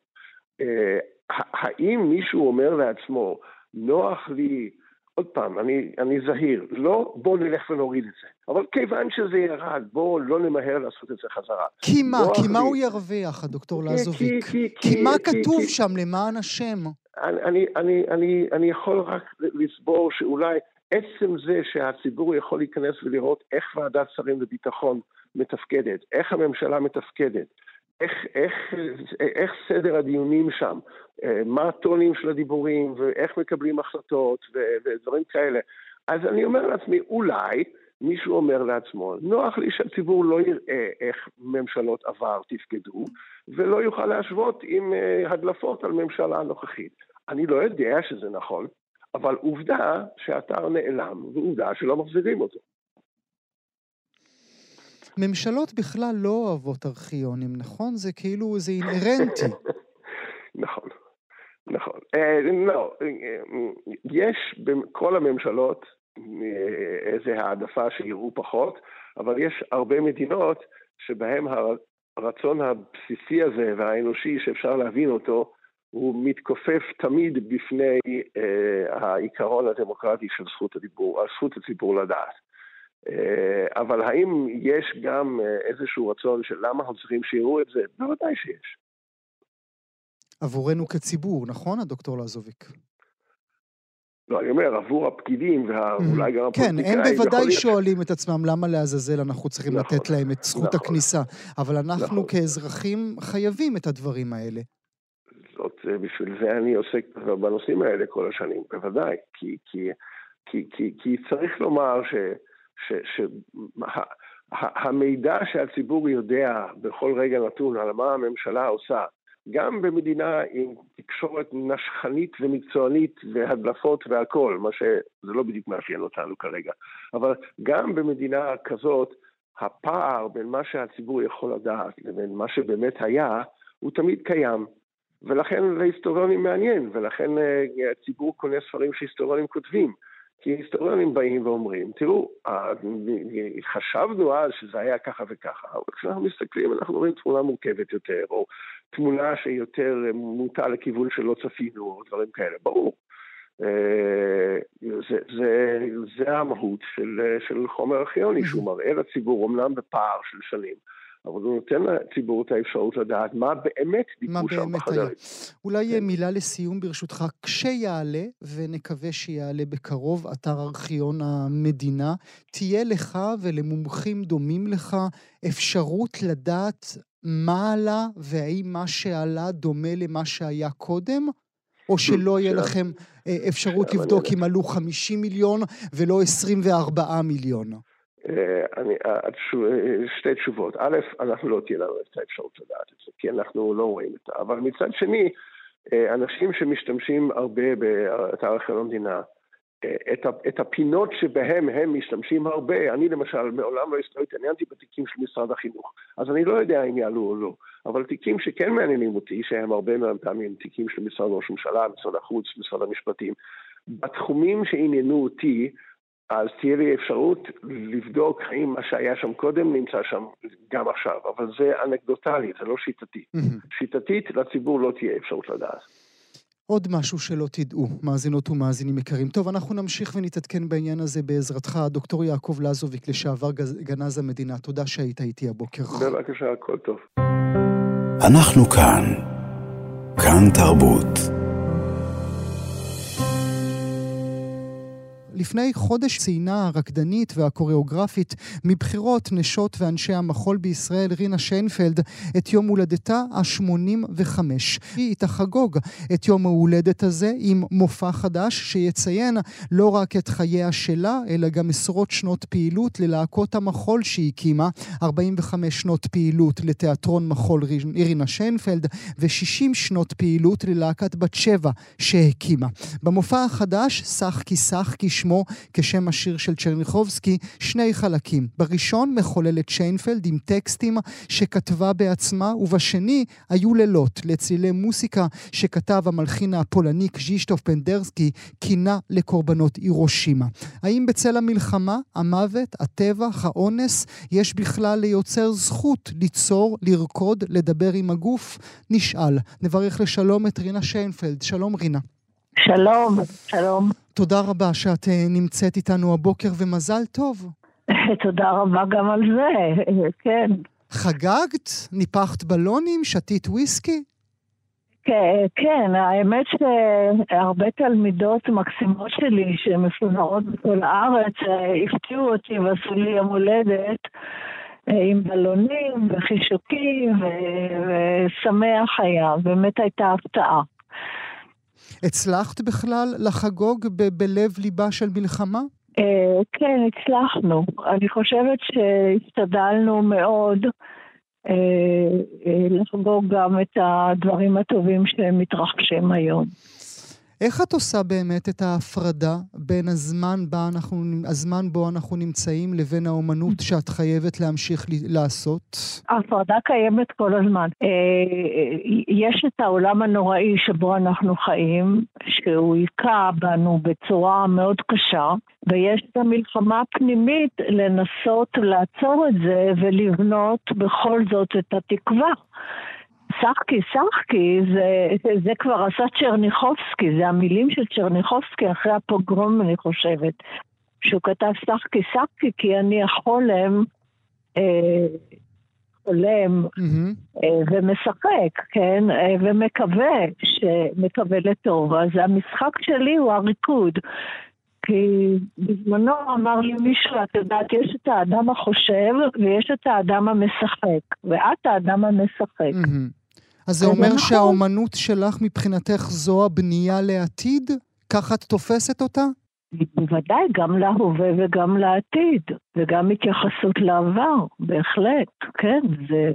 האם מישהו אומר לעצמו, נוח לי, עוד פעם, אני, אני זהיר, לא בוא נלך ונוריד את זה, אבל כיוון שזה ירד, בוא לא נמהר לעשות את זה חזרה. כי מה? כי מה הוא ירוויח, הדוקטור לזוביק? כי מה כתוב שם למען השם? אני, אני, אני, אני יכול רק לסבור שאולי עצם זה שהציבור יכול להיכנס ולראות איך ועדת שרים לביטחון מתפקדת, איך הממשלה מתפקדת, איך, איך, איך סדר הדיונים שם, מה הטונים של הדיבורים ואיך מקבלים החלטות ודברים כאלה. אז אני אומר לעצמי, אולי מישהו אומר לעצמו, נוח לי שהציבור לא יראה איך ממשלות עבר תפקדו, ולא יוכל להשוות עם הדלפות על ממשלה הנוכחית. אני לא יודע שזה נכון, אבל עובדה שהאתר נעלם, ועובדה שלא מחזירים אותו. ממשלות בכלל לא אוהבות ארכיונים, נכון? זה כאילו, זה אינהרנטי. נכון, נכון. לא, יש בכל הממשלות איזו העדפה שיראו פחות, אבל יש הרבה מדינות שבהם הרצון הבסיסי הזה והאנושי שאפשר להבין אותו, הוא מתכופף תמיד בפני אה, העיקרון הדמוקרטי של זכות הדיבור, זכות הציבור לדעת. אה, אבל האם יש גם אה, איזשהו רצון של למה אנחנו צריכים שיראו את זה? בוודאי שיש. עבורנו כציבור, נכון, הדוקטור לזוביק? לא, אני אומר, עבור הפקידים ואולי גם הפוליטיקאים. כן, הם בוודאי שואלים את עצמם למה לעזאזל אנחנו צריכים לתת להם את זכות הכניסה, אבל אנחנו כאזרחים חייבים את הדברים האלה. זאת, בשביל זה אני עוסק בנושאים האלה כל השנים, בוודאי, כי, כי, כי, כי, כי צריך לומר ש, ש, ש, המידע שהציבור יודע בכל רגע נתון על מה הממשלה עושה, גם במדינה עם תקשורת נשכנית ומקצוענית והדלפות והכל, מה שזה לא בדיוק מאפיין אותנו כרגע, אבל גם במדינה כזאת, הפער בין מה שהציבור יכול לדעת לבין מה שבאמת היה, הוא תמיד קיים. ולכן להיסטוריונים מעניין, ולכן הציבור קונה ספרים שהיסטוריונים כותבים. כי היסטוריונים באים ואומרים, תראו, חשבנו אז שזה היה ככה וככה, אבל כשאנחנו מסתכלים, אנחנו רואים תמונה מורכבת יותר, או תמונה שיותר מוטה לכיוון שלא צפינו, או דברים כאלה. ברור. זה, זה, זה המהות של, של חומר ארכיוני, שהוא מראה לציבור, אמנם בפער של שנים, אבל הוא נותן לציבור את האפשרות לדעת מה באמת דיברו שם בחדרים. אולי מילה לסיום ברשותך, כשיעלה, ונקווה שיעלה בקרוב, אתר ארכיון המדינה, תהיה לך ולמומחים דומים לך אפשרות לדעת מה עלה, והאם מה שעלה דומה למה שהיה קודם? או שלא יהיה לכם אפשרות לבדוק אם עלו חמישים מיליון ולא עשרים וארבעה מיליון? אני, שתי תשובות. א', אנחנו לא תהיה לנו את האפשרות לדעת את זה, כי אנחנו לא רואים את זה. אבל מצד שני, אנשים שמשתמשים הרבה באתר ארכיון המדינה, את, את הפינות שבהם הם משתמשים הרבה, אני למשל מעולם לא התעניינתי בתיקים של משרד החינוך, אז אני לא יודע אם יעלו או לא, אבל תיקים שכן מעניינים אותי, שהם הרבה מהפעמים תיקים של משרד ראש הממשלה, משרד החוץ, משרד המשפטים, בתחומים שעניינו אותי, אז תהיה לי אפשרות לבדוק האם מה שהיה שם קודם נמצא שם גם עכשיו, אבל זה אנקדוטלי, זה לא שיטתי. שיטתית לציבור לא תהיה אפשרות לדעת. עוד משהו שלא תדעו, מאזינות ומאזינים יקרים. טוב, אנחנו נמשיך ונתעדכן בעניין הזה בעזרתך, דוקטור יעקב לזוביק, לשעבר גנז המדינה. תודה שהיית איתי הבוקר. בבקשה, הכל טוב. אנחנו כאן. כאן תרבות. לפני חודש ציינה הרקדנית והקוריאוגרפית מבחירות נשות ואנשי המחול בישראל רינה שיינפלד את יום הולדתה ה-שמונים וחמש. היא תחגוג את יום ההולדת הזה עם מופע חדש שיציין לא רק את חייה שלה, אלא גם עשרות שנות פעילות ללהקות המחול שהיא הקימה, ארבעים וחמש שנות פעילות לתיאטרון מחול רינה שיינפלד ו-שישים שנות פעילות ללהקת בת שבע שהקימה. במופע החדש, שחקי שחקי שמו כשם השיר של צ'רניחובסקי, שני חלקים. בראשון מחוללת שיינפלד עם טקסטים שכתבה בעצמה, ובשני היו לילות לצלילי מוסיקה שכתב המלחין הפולני קז'ישטוף פנדרסקי, קינה לקורבנות הירושימה. האם בצל המלחמה, המוות, הטבח, האונס, יש בכלל ליוצר זכות ליצור, לרקוד, לדבר עם הגוף? נשאל. נברך לשלום את רינה שיינפלד. שלום רינה. שלום, שלום. תודה רבה שאת נמצאת איתנו הבוקר ומזל טוב. תודה רבה גם על זה, כן. חגגת? ניפחת בלונים? שתית וויסקי? כן, כן, האמת שהרבה תלמידות מקסימות שלי שמפוזרות בכל הארץ הפתיעו אותי ועשו לי יום הולדת עם בלונים וחישוקים ושמח היה, באמת הייתה הפתעה. הצלחת בכלל לחגוג ב- בלב ליבה של מלחמה? Uh, כן, הצלחנו. אני חושבת שהשתדלנו מאוד uh, uh, לחגוג גם את הדברים הטובים שמתרחשים היום. איך את עושה באמת את ההפרדה בין הזמן, בה אנחנו, הזמן בו אנחנו נמצאים לבין האומנות שאת חייבת להמשיך לעשות? ההפרדה קיימת כל הזמן. יש את העולם הנוראי שבו אנחנו חיים, שהוא יקע בנו בצורה מאוד קשה, ויש את המלחמה הפנימית לנסות לעצור את זה ולבנות בכל זאת את התקווה. שחקי, שחקי, זה, זה כבר עשה צ'רניחובסקי, זה המילים של צ'רניחובסקי אחרי הפוגרום, אני חושבת, שהוא כתב שחקי, שחקי, כי אני החולם, אה, חולם Mm-hmm. ומשחק, כן? ומקווה שמקווה לטוב. אז המשחק שלי הוא הריקוד. כי בזמנו אמר לי מישהו, את יודעת, יש את האדם החושב ויש את האדם המשחק, ואת האדם המשחק. Mm-hmm. אז זה אומר שהאומנות שלך מבחינתך זו הבנייה לעתיד? ככה את תופסת אותה? בוודאי, גם להווה וגם לעתיד, וגם התייחסות לעבר, בהחלט, כן, זה...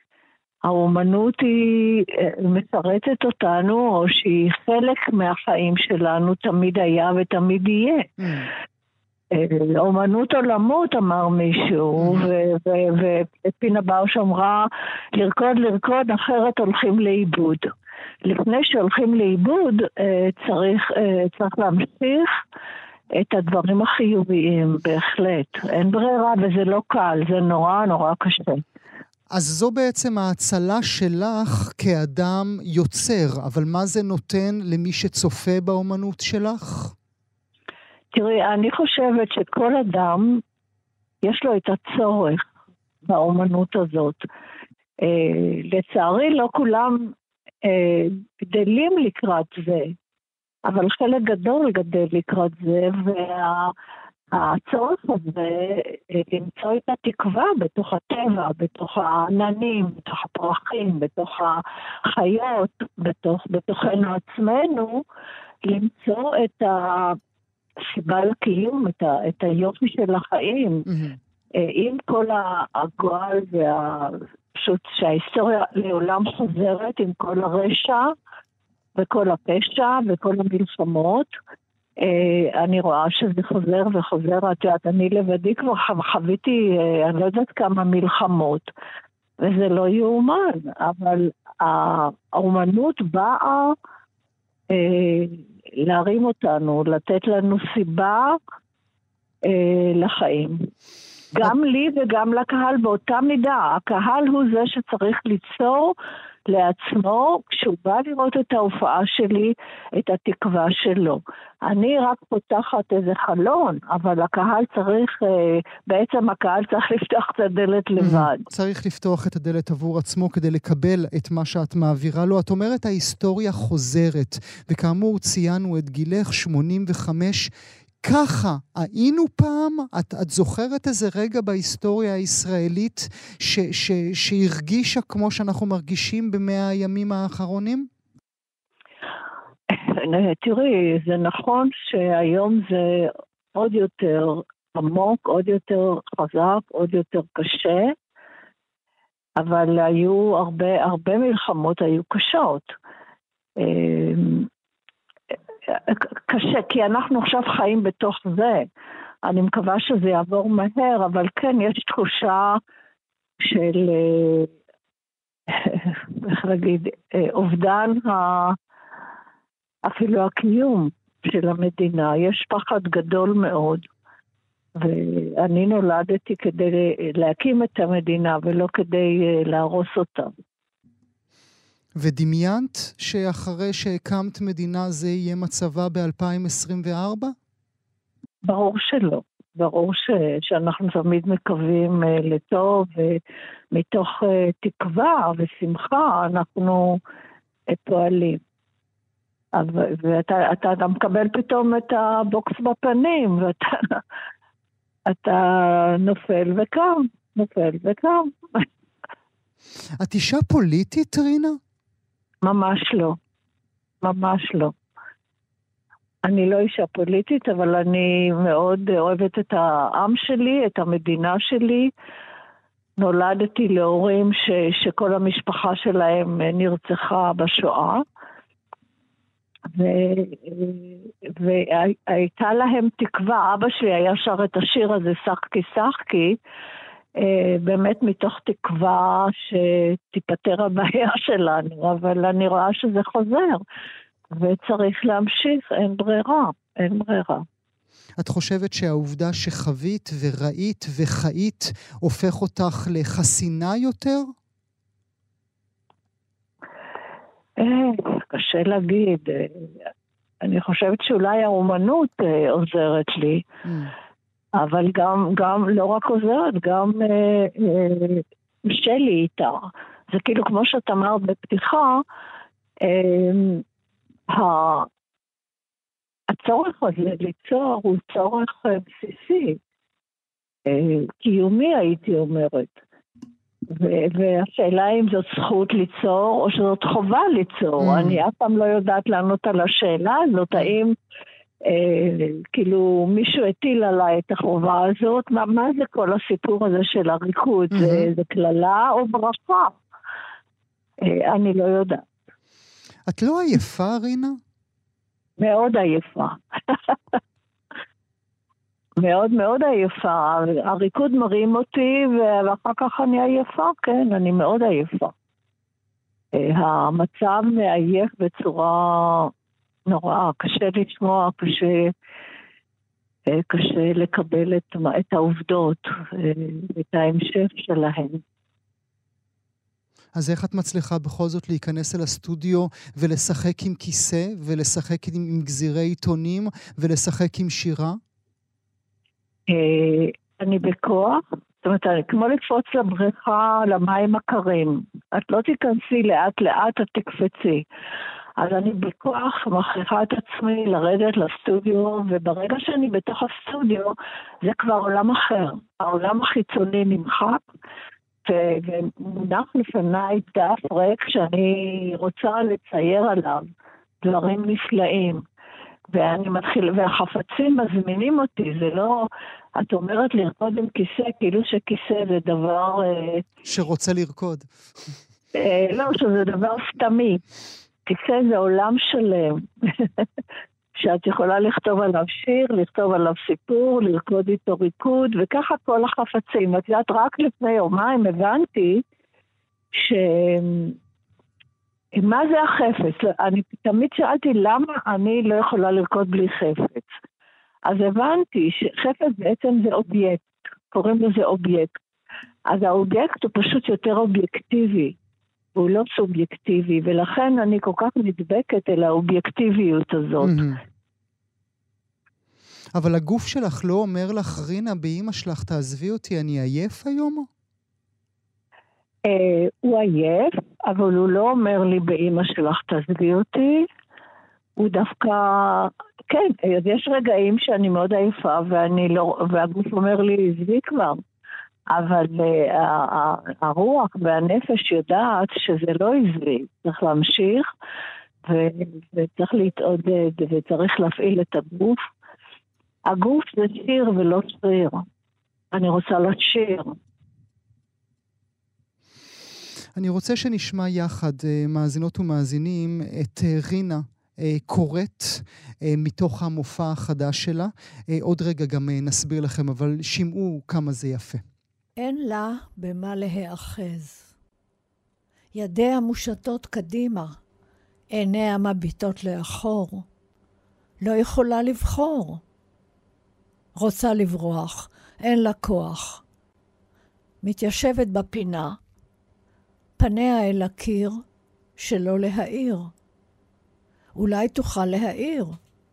האומנות היא משרתת אותנו, או שהיא חלק מהחיים שלנו, תמיד היה ותמיד יהיה. Mm. אומנות עולמות, אמר מישהו, mm. ופינה באוש אמרה, לרקוד, לרקוד, אחרת הולכים לאיבוד. לפני שהולכים לאיבוד, צריך, צריך להמשיך את הדברים החיוביים, בהחלט. אין ברירה, וזה לא קל, זה נורא נורא קשה. אז זו בעצם ההצלה שלך כאדם יוצר, אבל מה זה נותן למי שצופה באומנות שלך? תראי, אני חושבת שכל אדם יש לו את הצורך באומנות הזאת. אה, לצערי לא כולם אה, גדלים לקראת זה, אבל חלק גדול גדל לקראת זה, וה... הצורך הזה למצוא את התקווה בתוך הטבע, בתוך העננים, בתוך הפרחים, בתוך החיות, בתוך, בתוכנו עצמנו, למצוא את הסיבה לקיום, את, ה, את היופי של החיים. Mm-hmm. עם כל הגועל וה... פשוט שההיסטוריה לעולם חוזרת, עם כל הרשע וכל הפשע וכל המלחמות, אני רואה שזה חוזר וחוזר, את יודעת, אני לבדי כבר חוויתי, אני לא יודעת כמה מלחמות, וזה לא יאומן, אבל האומנות באה להרים אותנו, לתת לנו סיבה לחיים. גם לי וגם לקהל באותה מידה. הקהל הוא זה שצריך ליצור לעצמו, כשהוא בא לראות את ההופעה שלי, את התקווה שלו. אני רק פותחת איזה חלון, אבל הקהל צריך, בעצם הקהל צריך לפתוח את הדלת לבד. צריך לפתוח את הדלת עבור עצמו כדי לקבל את מה שאת מעבירה לו. את אומרת, ההיסטוריה חוזרת, וכאמור ציינו את גילך שמונים וחמש, ככה, היינו פעם, את, את זוכרת איזה רגע בהיסטוריה הישראלית ש, ש, שהרגישה כמו שאנחנו מרגישים במאה הימים האחרונים? תראי, זה נכון שהיום זה עוד יותר עמוק, עוד יותר חזק, עוד יותר קשה, אבל היו הרבה, הרבה מלחמות היו קשות. קשה, כי אנחנו עכשיו חיים בתוך זה. אני מקווה שזה יעבור מהר, אבל כן, יש תחושה של, איך להגיד, אובדן ה... אפילו הקיום של המדינה. יש פחד גדול מאוד, ואני נולדתי כדי להקים את המדינה, ולא כדי להרוס אותה. ודמיינת שאחרי שהקמת מדינה זה יהיה מצבה ב-אלפיים עשרים וארבע? ברור שלא. ברור ש... שאנחנו תמיד מקווים uh, לטוב, ומתוך uh, תקווה ושמחה אנחנו uh, פועלים. אבל, ואתה אתה, אתה מקבל פתאום את הבוקס בפנים, ואתה אתה נופל וקם, נופל וקם. את אישה פוליטית, רינה? ממש לא. ממש לא. אני לא אישה פוליטית, אבל אני מאוד אוהבת את העם שלי, את המדינה שלי. נולדתי להורים ש, שכל המשפחה שלהם נרצחה בשואה. ו, והייתה להם תקווה. אבא שלי היה שר את השיר הזה, שחקי שחקי, באמת מתוך תקווה שתיפטר הבעיה שלנו, אבל אני רואה שזה חוזר, וצריך להמשיך, אין ברירה, אין ברירה. את חושבת שהעובדה שחווית וראית וחיית הופך אותך לחסינה יותר? קשה להגיד. אני חושבת שאולי האומנות עוזרת לי, אבל גם, גם לא רק עוזרת, גם אה, אה, קשה לי איתה. זה כאילו כמו שאת אמרת בפתיחה, הצורך הזה ליצור הוא צורך בסיסי, קיומי הייתי אומרת. והשאלה אם זאת זכות ליצור או שזאת חובה ליצור. אני אף פעם לא יודעת לענות על השאלה הזאת, האם כאילו מישהו הטיל עליי את החובה הזאת, מה זה כל הסיפור הזה של הריקוד? זה כללה או ברכה? אני לא יודעת. את לא עייפה, רינה? מאוד עייפה. מאוד מאוד עייפה. הריקוד מרים אותי, ואחר כך אני עייפה, כן, אני מאוד עייפה. המצב מעייף בצורה נוראה, קשה לשמוע, קשה, קשה לקבל את, את העובדות, את ההמשך שלהן. אז איך את מצליחה בכל זאת להיכנס אל הסטודיו ולשחק עם כיסא, ולשחק עם, עם גזירי עיתונים, ולשחק עם שירה? אני בכוח, זאת אומרת, כמו לקפוץ לבריכה למים הקרים. את לא תיכנסי לאט לאט, את תקפצי. אז אני בכוח מכריחה את עצמי לרדת לסטודיו, וברגע שאני בתוך הסטודיו, זה כבר עולם אחר. העולם החיצוני נמחק, ומונח לפניי דף ריק שאני רוצה לצייר עליו דברים נפלאים. ואני מתחיל, והחפצים מזמינים אותי, זה לא, את אומרת לרקוד עם כיסא, כאילו שכיסא זה דבר... שרוצה לרקוד. לא, שזה דבר סתמי. כיסא זה עולם שלם, שאת יכולה לכתוב עליו שיר, לכתוב עליו סיפור, לרקוד איתו ריקוד, וככה כל החפצים. את יודעת, רק לפני יומיים הבנתי ש... מה זה החפץ? אני תמיד שאלתי למה אני לא יכולה לרקוד בלי חפץ. אז הבנתי שחפץ בעצם זה אובייקט, קוראים לזה אובייקט. אז האובייקט הוא פשוט יותר אובייקטיבי, הוא לא סובייקטיבי, ולכן אני כל כך נדבקת אל האובייקטיביות הזאת. אבל הגוף שלך לא אומר לך, רינה, באמא שלך, תעזבי אותי, אני עייף היום? הוא עייף, אבל הוא לא אומר לי באמא שלך תעזבי אותי, הוא דווקא, כן, יש רגעים שאני מאוד עייפה, ואני לא, והגוף אומר לי, עזבי כבר, אבל הרוח והנפש יודעת שזה לא עזבי, צריך להמשיך, וצריך להתעודד, וצריך להפעיל את הגוף. הגוף זה שיר ולא שריר, אני רוצה לשיר. אני רוצה שנשמע יחד, מאזינות ומאזינים, את רינה קוראת מתוך המופע החדש שלה. עוד רגע גם נסביר לכם, אבל שמעו כמה זה יפה. אין לה במה להיאחז. ידיה מושטות קדימה, עיניה מביטות לאחור. לא יכולה לבחור. רוצה לברוח, אין לה כוח. מתיישבת בפינה, פניה אל הקיר, שלא להאיר. אולי תוכל להאיר.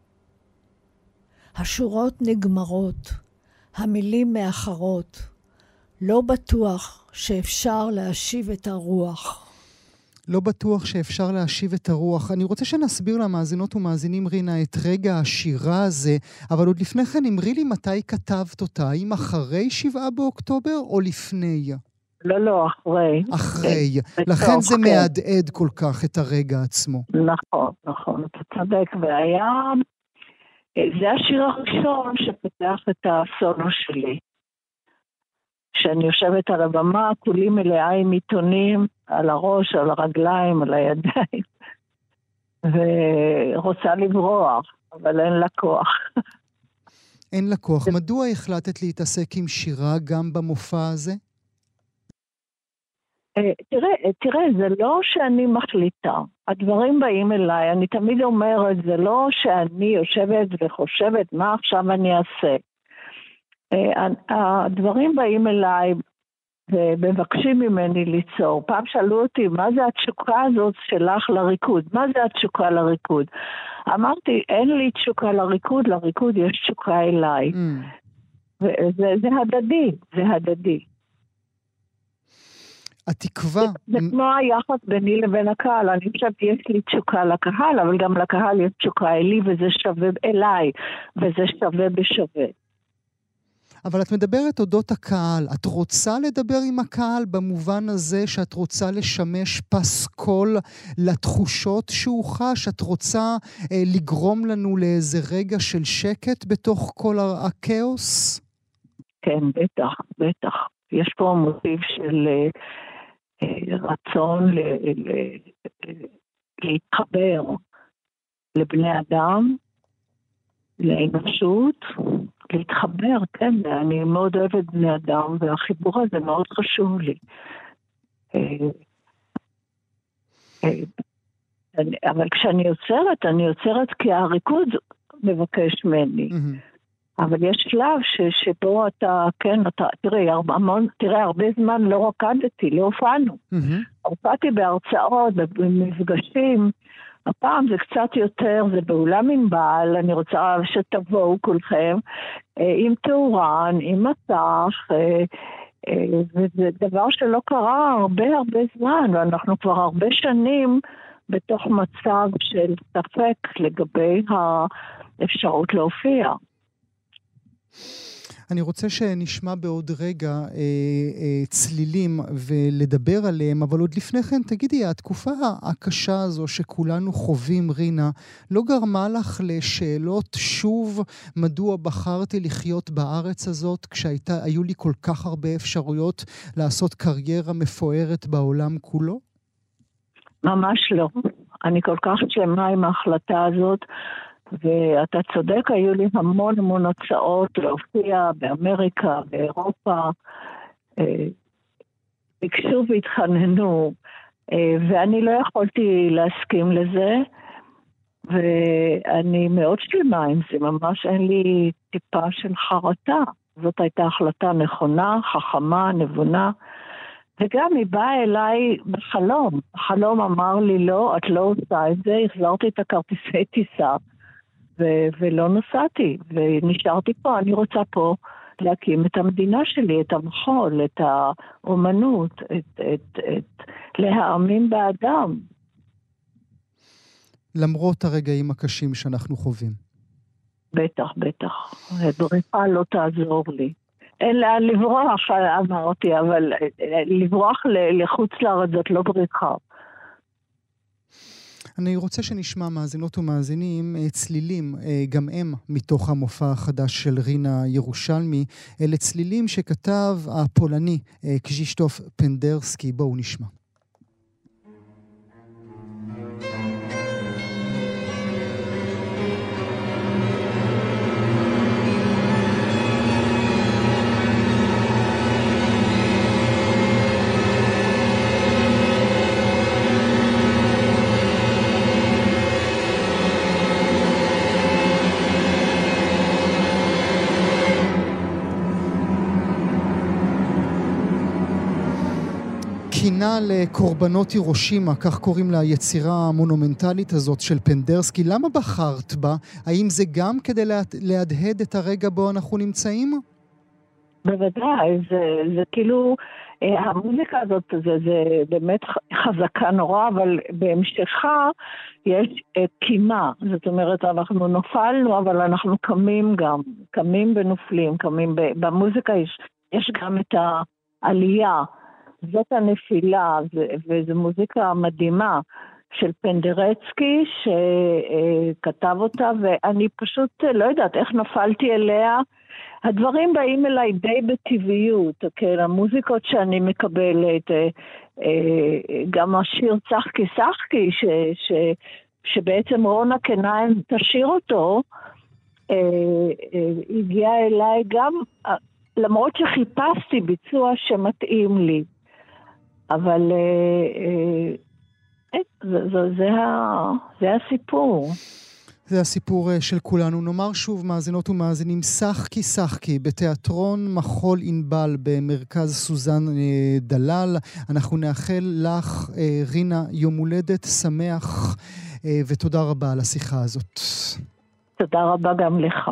השורות נגמרות, המילים מאחרות. לא בטוח שאפשר להשיב את הרוח. לא בטוח שאפשר להשיב את הרוח. אני רוצה שנסביר למאזינות ומאזינים, רינה, את רגע השירה הזה, אבל עוד לפני כן, אמרי לי מתי כתבת אותה, האם אחרי שבעה באוקטובר או לפני? לא, לא, אחרי. אחרי. לכן זה מהדהד כל כך את הרגע עצמו. נכון, נכון, אתה צודק. והיה, זה השיר הראשון שפתח את הסולו שלי. שאני יושבת על הבמה, כולי מלאה עם עיתונים, על הראש, על הרגליים, על הידיים, ורוצה לברוח, אבל אין לה כוח. אין לה כוח. מדוע החלטת להתעסק עם שירה גם במופע הזה? תראה, תראה, זה לא שאני מחליטה. הדברים באים אליי, אני תמיד אומרת, זה לא שאני יושבת וחושבת מה עכשיו אני אעשה. הדברים באים אליי ומבקשים ממני ליצור. פעם שאלו אותי, מה זה התשוקה הזאת שלך לריקוד? מה זה התשוקה לריקוד? אמרתי, אין לי תשוקה לריקוד, לריקוד יש תשוקה אליי. Mm. וזה זה הדדי, זה הדדי. התקווה... זה, זה כמו היחס ביני לבין הקהל, אני חושבת יש לי תשוקה לקהל, אבל גם לקהל יש תשוקה אלי, וזה שווה אליי, וזה שווה בשווה. אבל את מדברת אודות הקהל, את רוצה לדבר עם הקהל במובן הזה שאת רוצה לשמש פסקול לתחושות שהוא חש, את רוצה אה, לגרום לנו לאיזה רגע של שקט בתוך כל הכאוס? כן, בטח, בטח. יש פה מוטיב של אה, אה, רצון ל, ל, ל, להתחבר לבני אדם, לאנושות, להתחבר, כן, אני מאוד אוהבת בני אדם, והחיבור הזה מאוד חשוב לי. אבל כשאני יוצרת, אני יוצרת כי הריקוד מבקש ממני. אבל יש שלב ש, שבו אתה, כן, אתה, תראה, המון, תראה, הרבה זמן לא רקדתי, לא הופענו. הופעתי בהרצאות, במפגשים, הפעם זה קצת יותר, זה באולם עם בעל, אני רוצה שתבואו כולכם, עם תאורן, עם מסך, וזה דבר שלא קרה הרבה הרבה זמן, ואנחנו כבר הרבה שנים בתוך מצב של ספק לגבי האפשרות להופיע. אני רוצה שנשמע בעוד רגע אה, אה, צלילים ולדבר עליהם, אבל עוד לפני כן, תגידי, התקופה הקשה הזו שכולנו חווים, רינה, לא גרמה לך לשאלות שוב, מדוע בחרתי לחיות בארץ הזאת, כשהיו לי כל כך הרבה אפשרויות לעשות קריירה מפוארת בעולם כולו? ממש לא. אני כל כך שלמה עם ההחלטה הזאת, ואתה צודק, היו לי המון המון הצעות להופיע באמריקה, באירופה, ביקשו והתחננו, ואני לא יכולתי להסכים לזה, ואני מאוד שלמה עם זה, ממש אין לי טיפה של חרטה. זאת הייתה החלטה נכונה, חכמה, נבונה, וגם היא באה אליי בחלום. החלום אמר לי, לא, את לא עושה את זה, החזרתי את הכרטיסי טיסה, ו- ולא נסעתי, ונשארתי פה, אני רוצה פה להקים את המדינה שלי, את המחול, את האומנות, את, את, את, להאמין באדם. למרות הרגעים הקשים שאנחנו חווים. בטח, בטח. בריחה לא תעזור לי. אין לאן לברוח, אמרתי, אבל לברוח לחוץ לארץ זאת לא בריחה. אני רוצה שנשמע מאזינות ומאזינים צלילים, גם הם מתוך המופע החדש של רינה ירושלמי, אלה צלילים שכתב הפולני קזישטוף פנדרסקי. בואו נשמע. קינה לקורבנות הירושימה, כך קוראים ליצירה המונומנטלית הזאת של פנדרסקי. למה בחרת בה? האם זה גם כדי להדהד את הרגע בו אנחנו נמצאים? בוודאי, זה, זה כאילו, המוזיקה הזאת, זה, זה באמת חזקה נורא, אבל בהמשכה יש קימה. זאת אומרת, אנחנו נופלנו, אבל אנחנו קמים גם, קמים ונופלים, קמים במוזיקה יש, יש גם את העלייה. זאת הנפילה, וזו מוזיקה מדהימה של פנדרסקי שכתב אותה, ואני פשוט לא יודעת איך נפלתי אליה. הדברים באים אליי די בטבעיות, כן? המוזיקות שאני מקבלת, גם השיר צחקי צחקי, ש, ש, שבעצם רונה קנאיים תשאיר אותו, הגיעה אליי גם, למרות שחיפשתי ביצוע שמתאים לי. אבל אה, אה, זה, זה, זה, זה הסיפור. זה הסיפור של כולנו. נאמר שוב, מאזינות ומאזינים, שחקי שחקי בתיאטרון מחול ענבל במרכז סוזן דלל. אנחנו נאחל לך, רינה, יום הולדת שמח, ותודה רבה על השיחה הזאת. תודה רבה גם לך.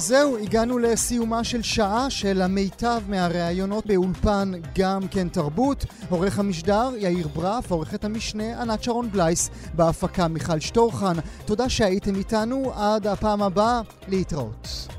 זהו, הגענו לסיומה של שעה של המיטב מהראיונות באולפן גם כן תרבות. עורך המשדר יאיר ברף, עורכת המשנה ענת שרון בלייס, בהפקה מיכל שטורחן. תודה שהייתם איתנו, עד הפעם הבאה, להתראות.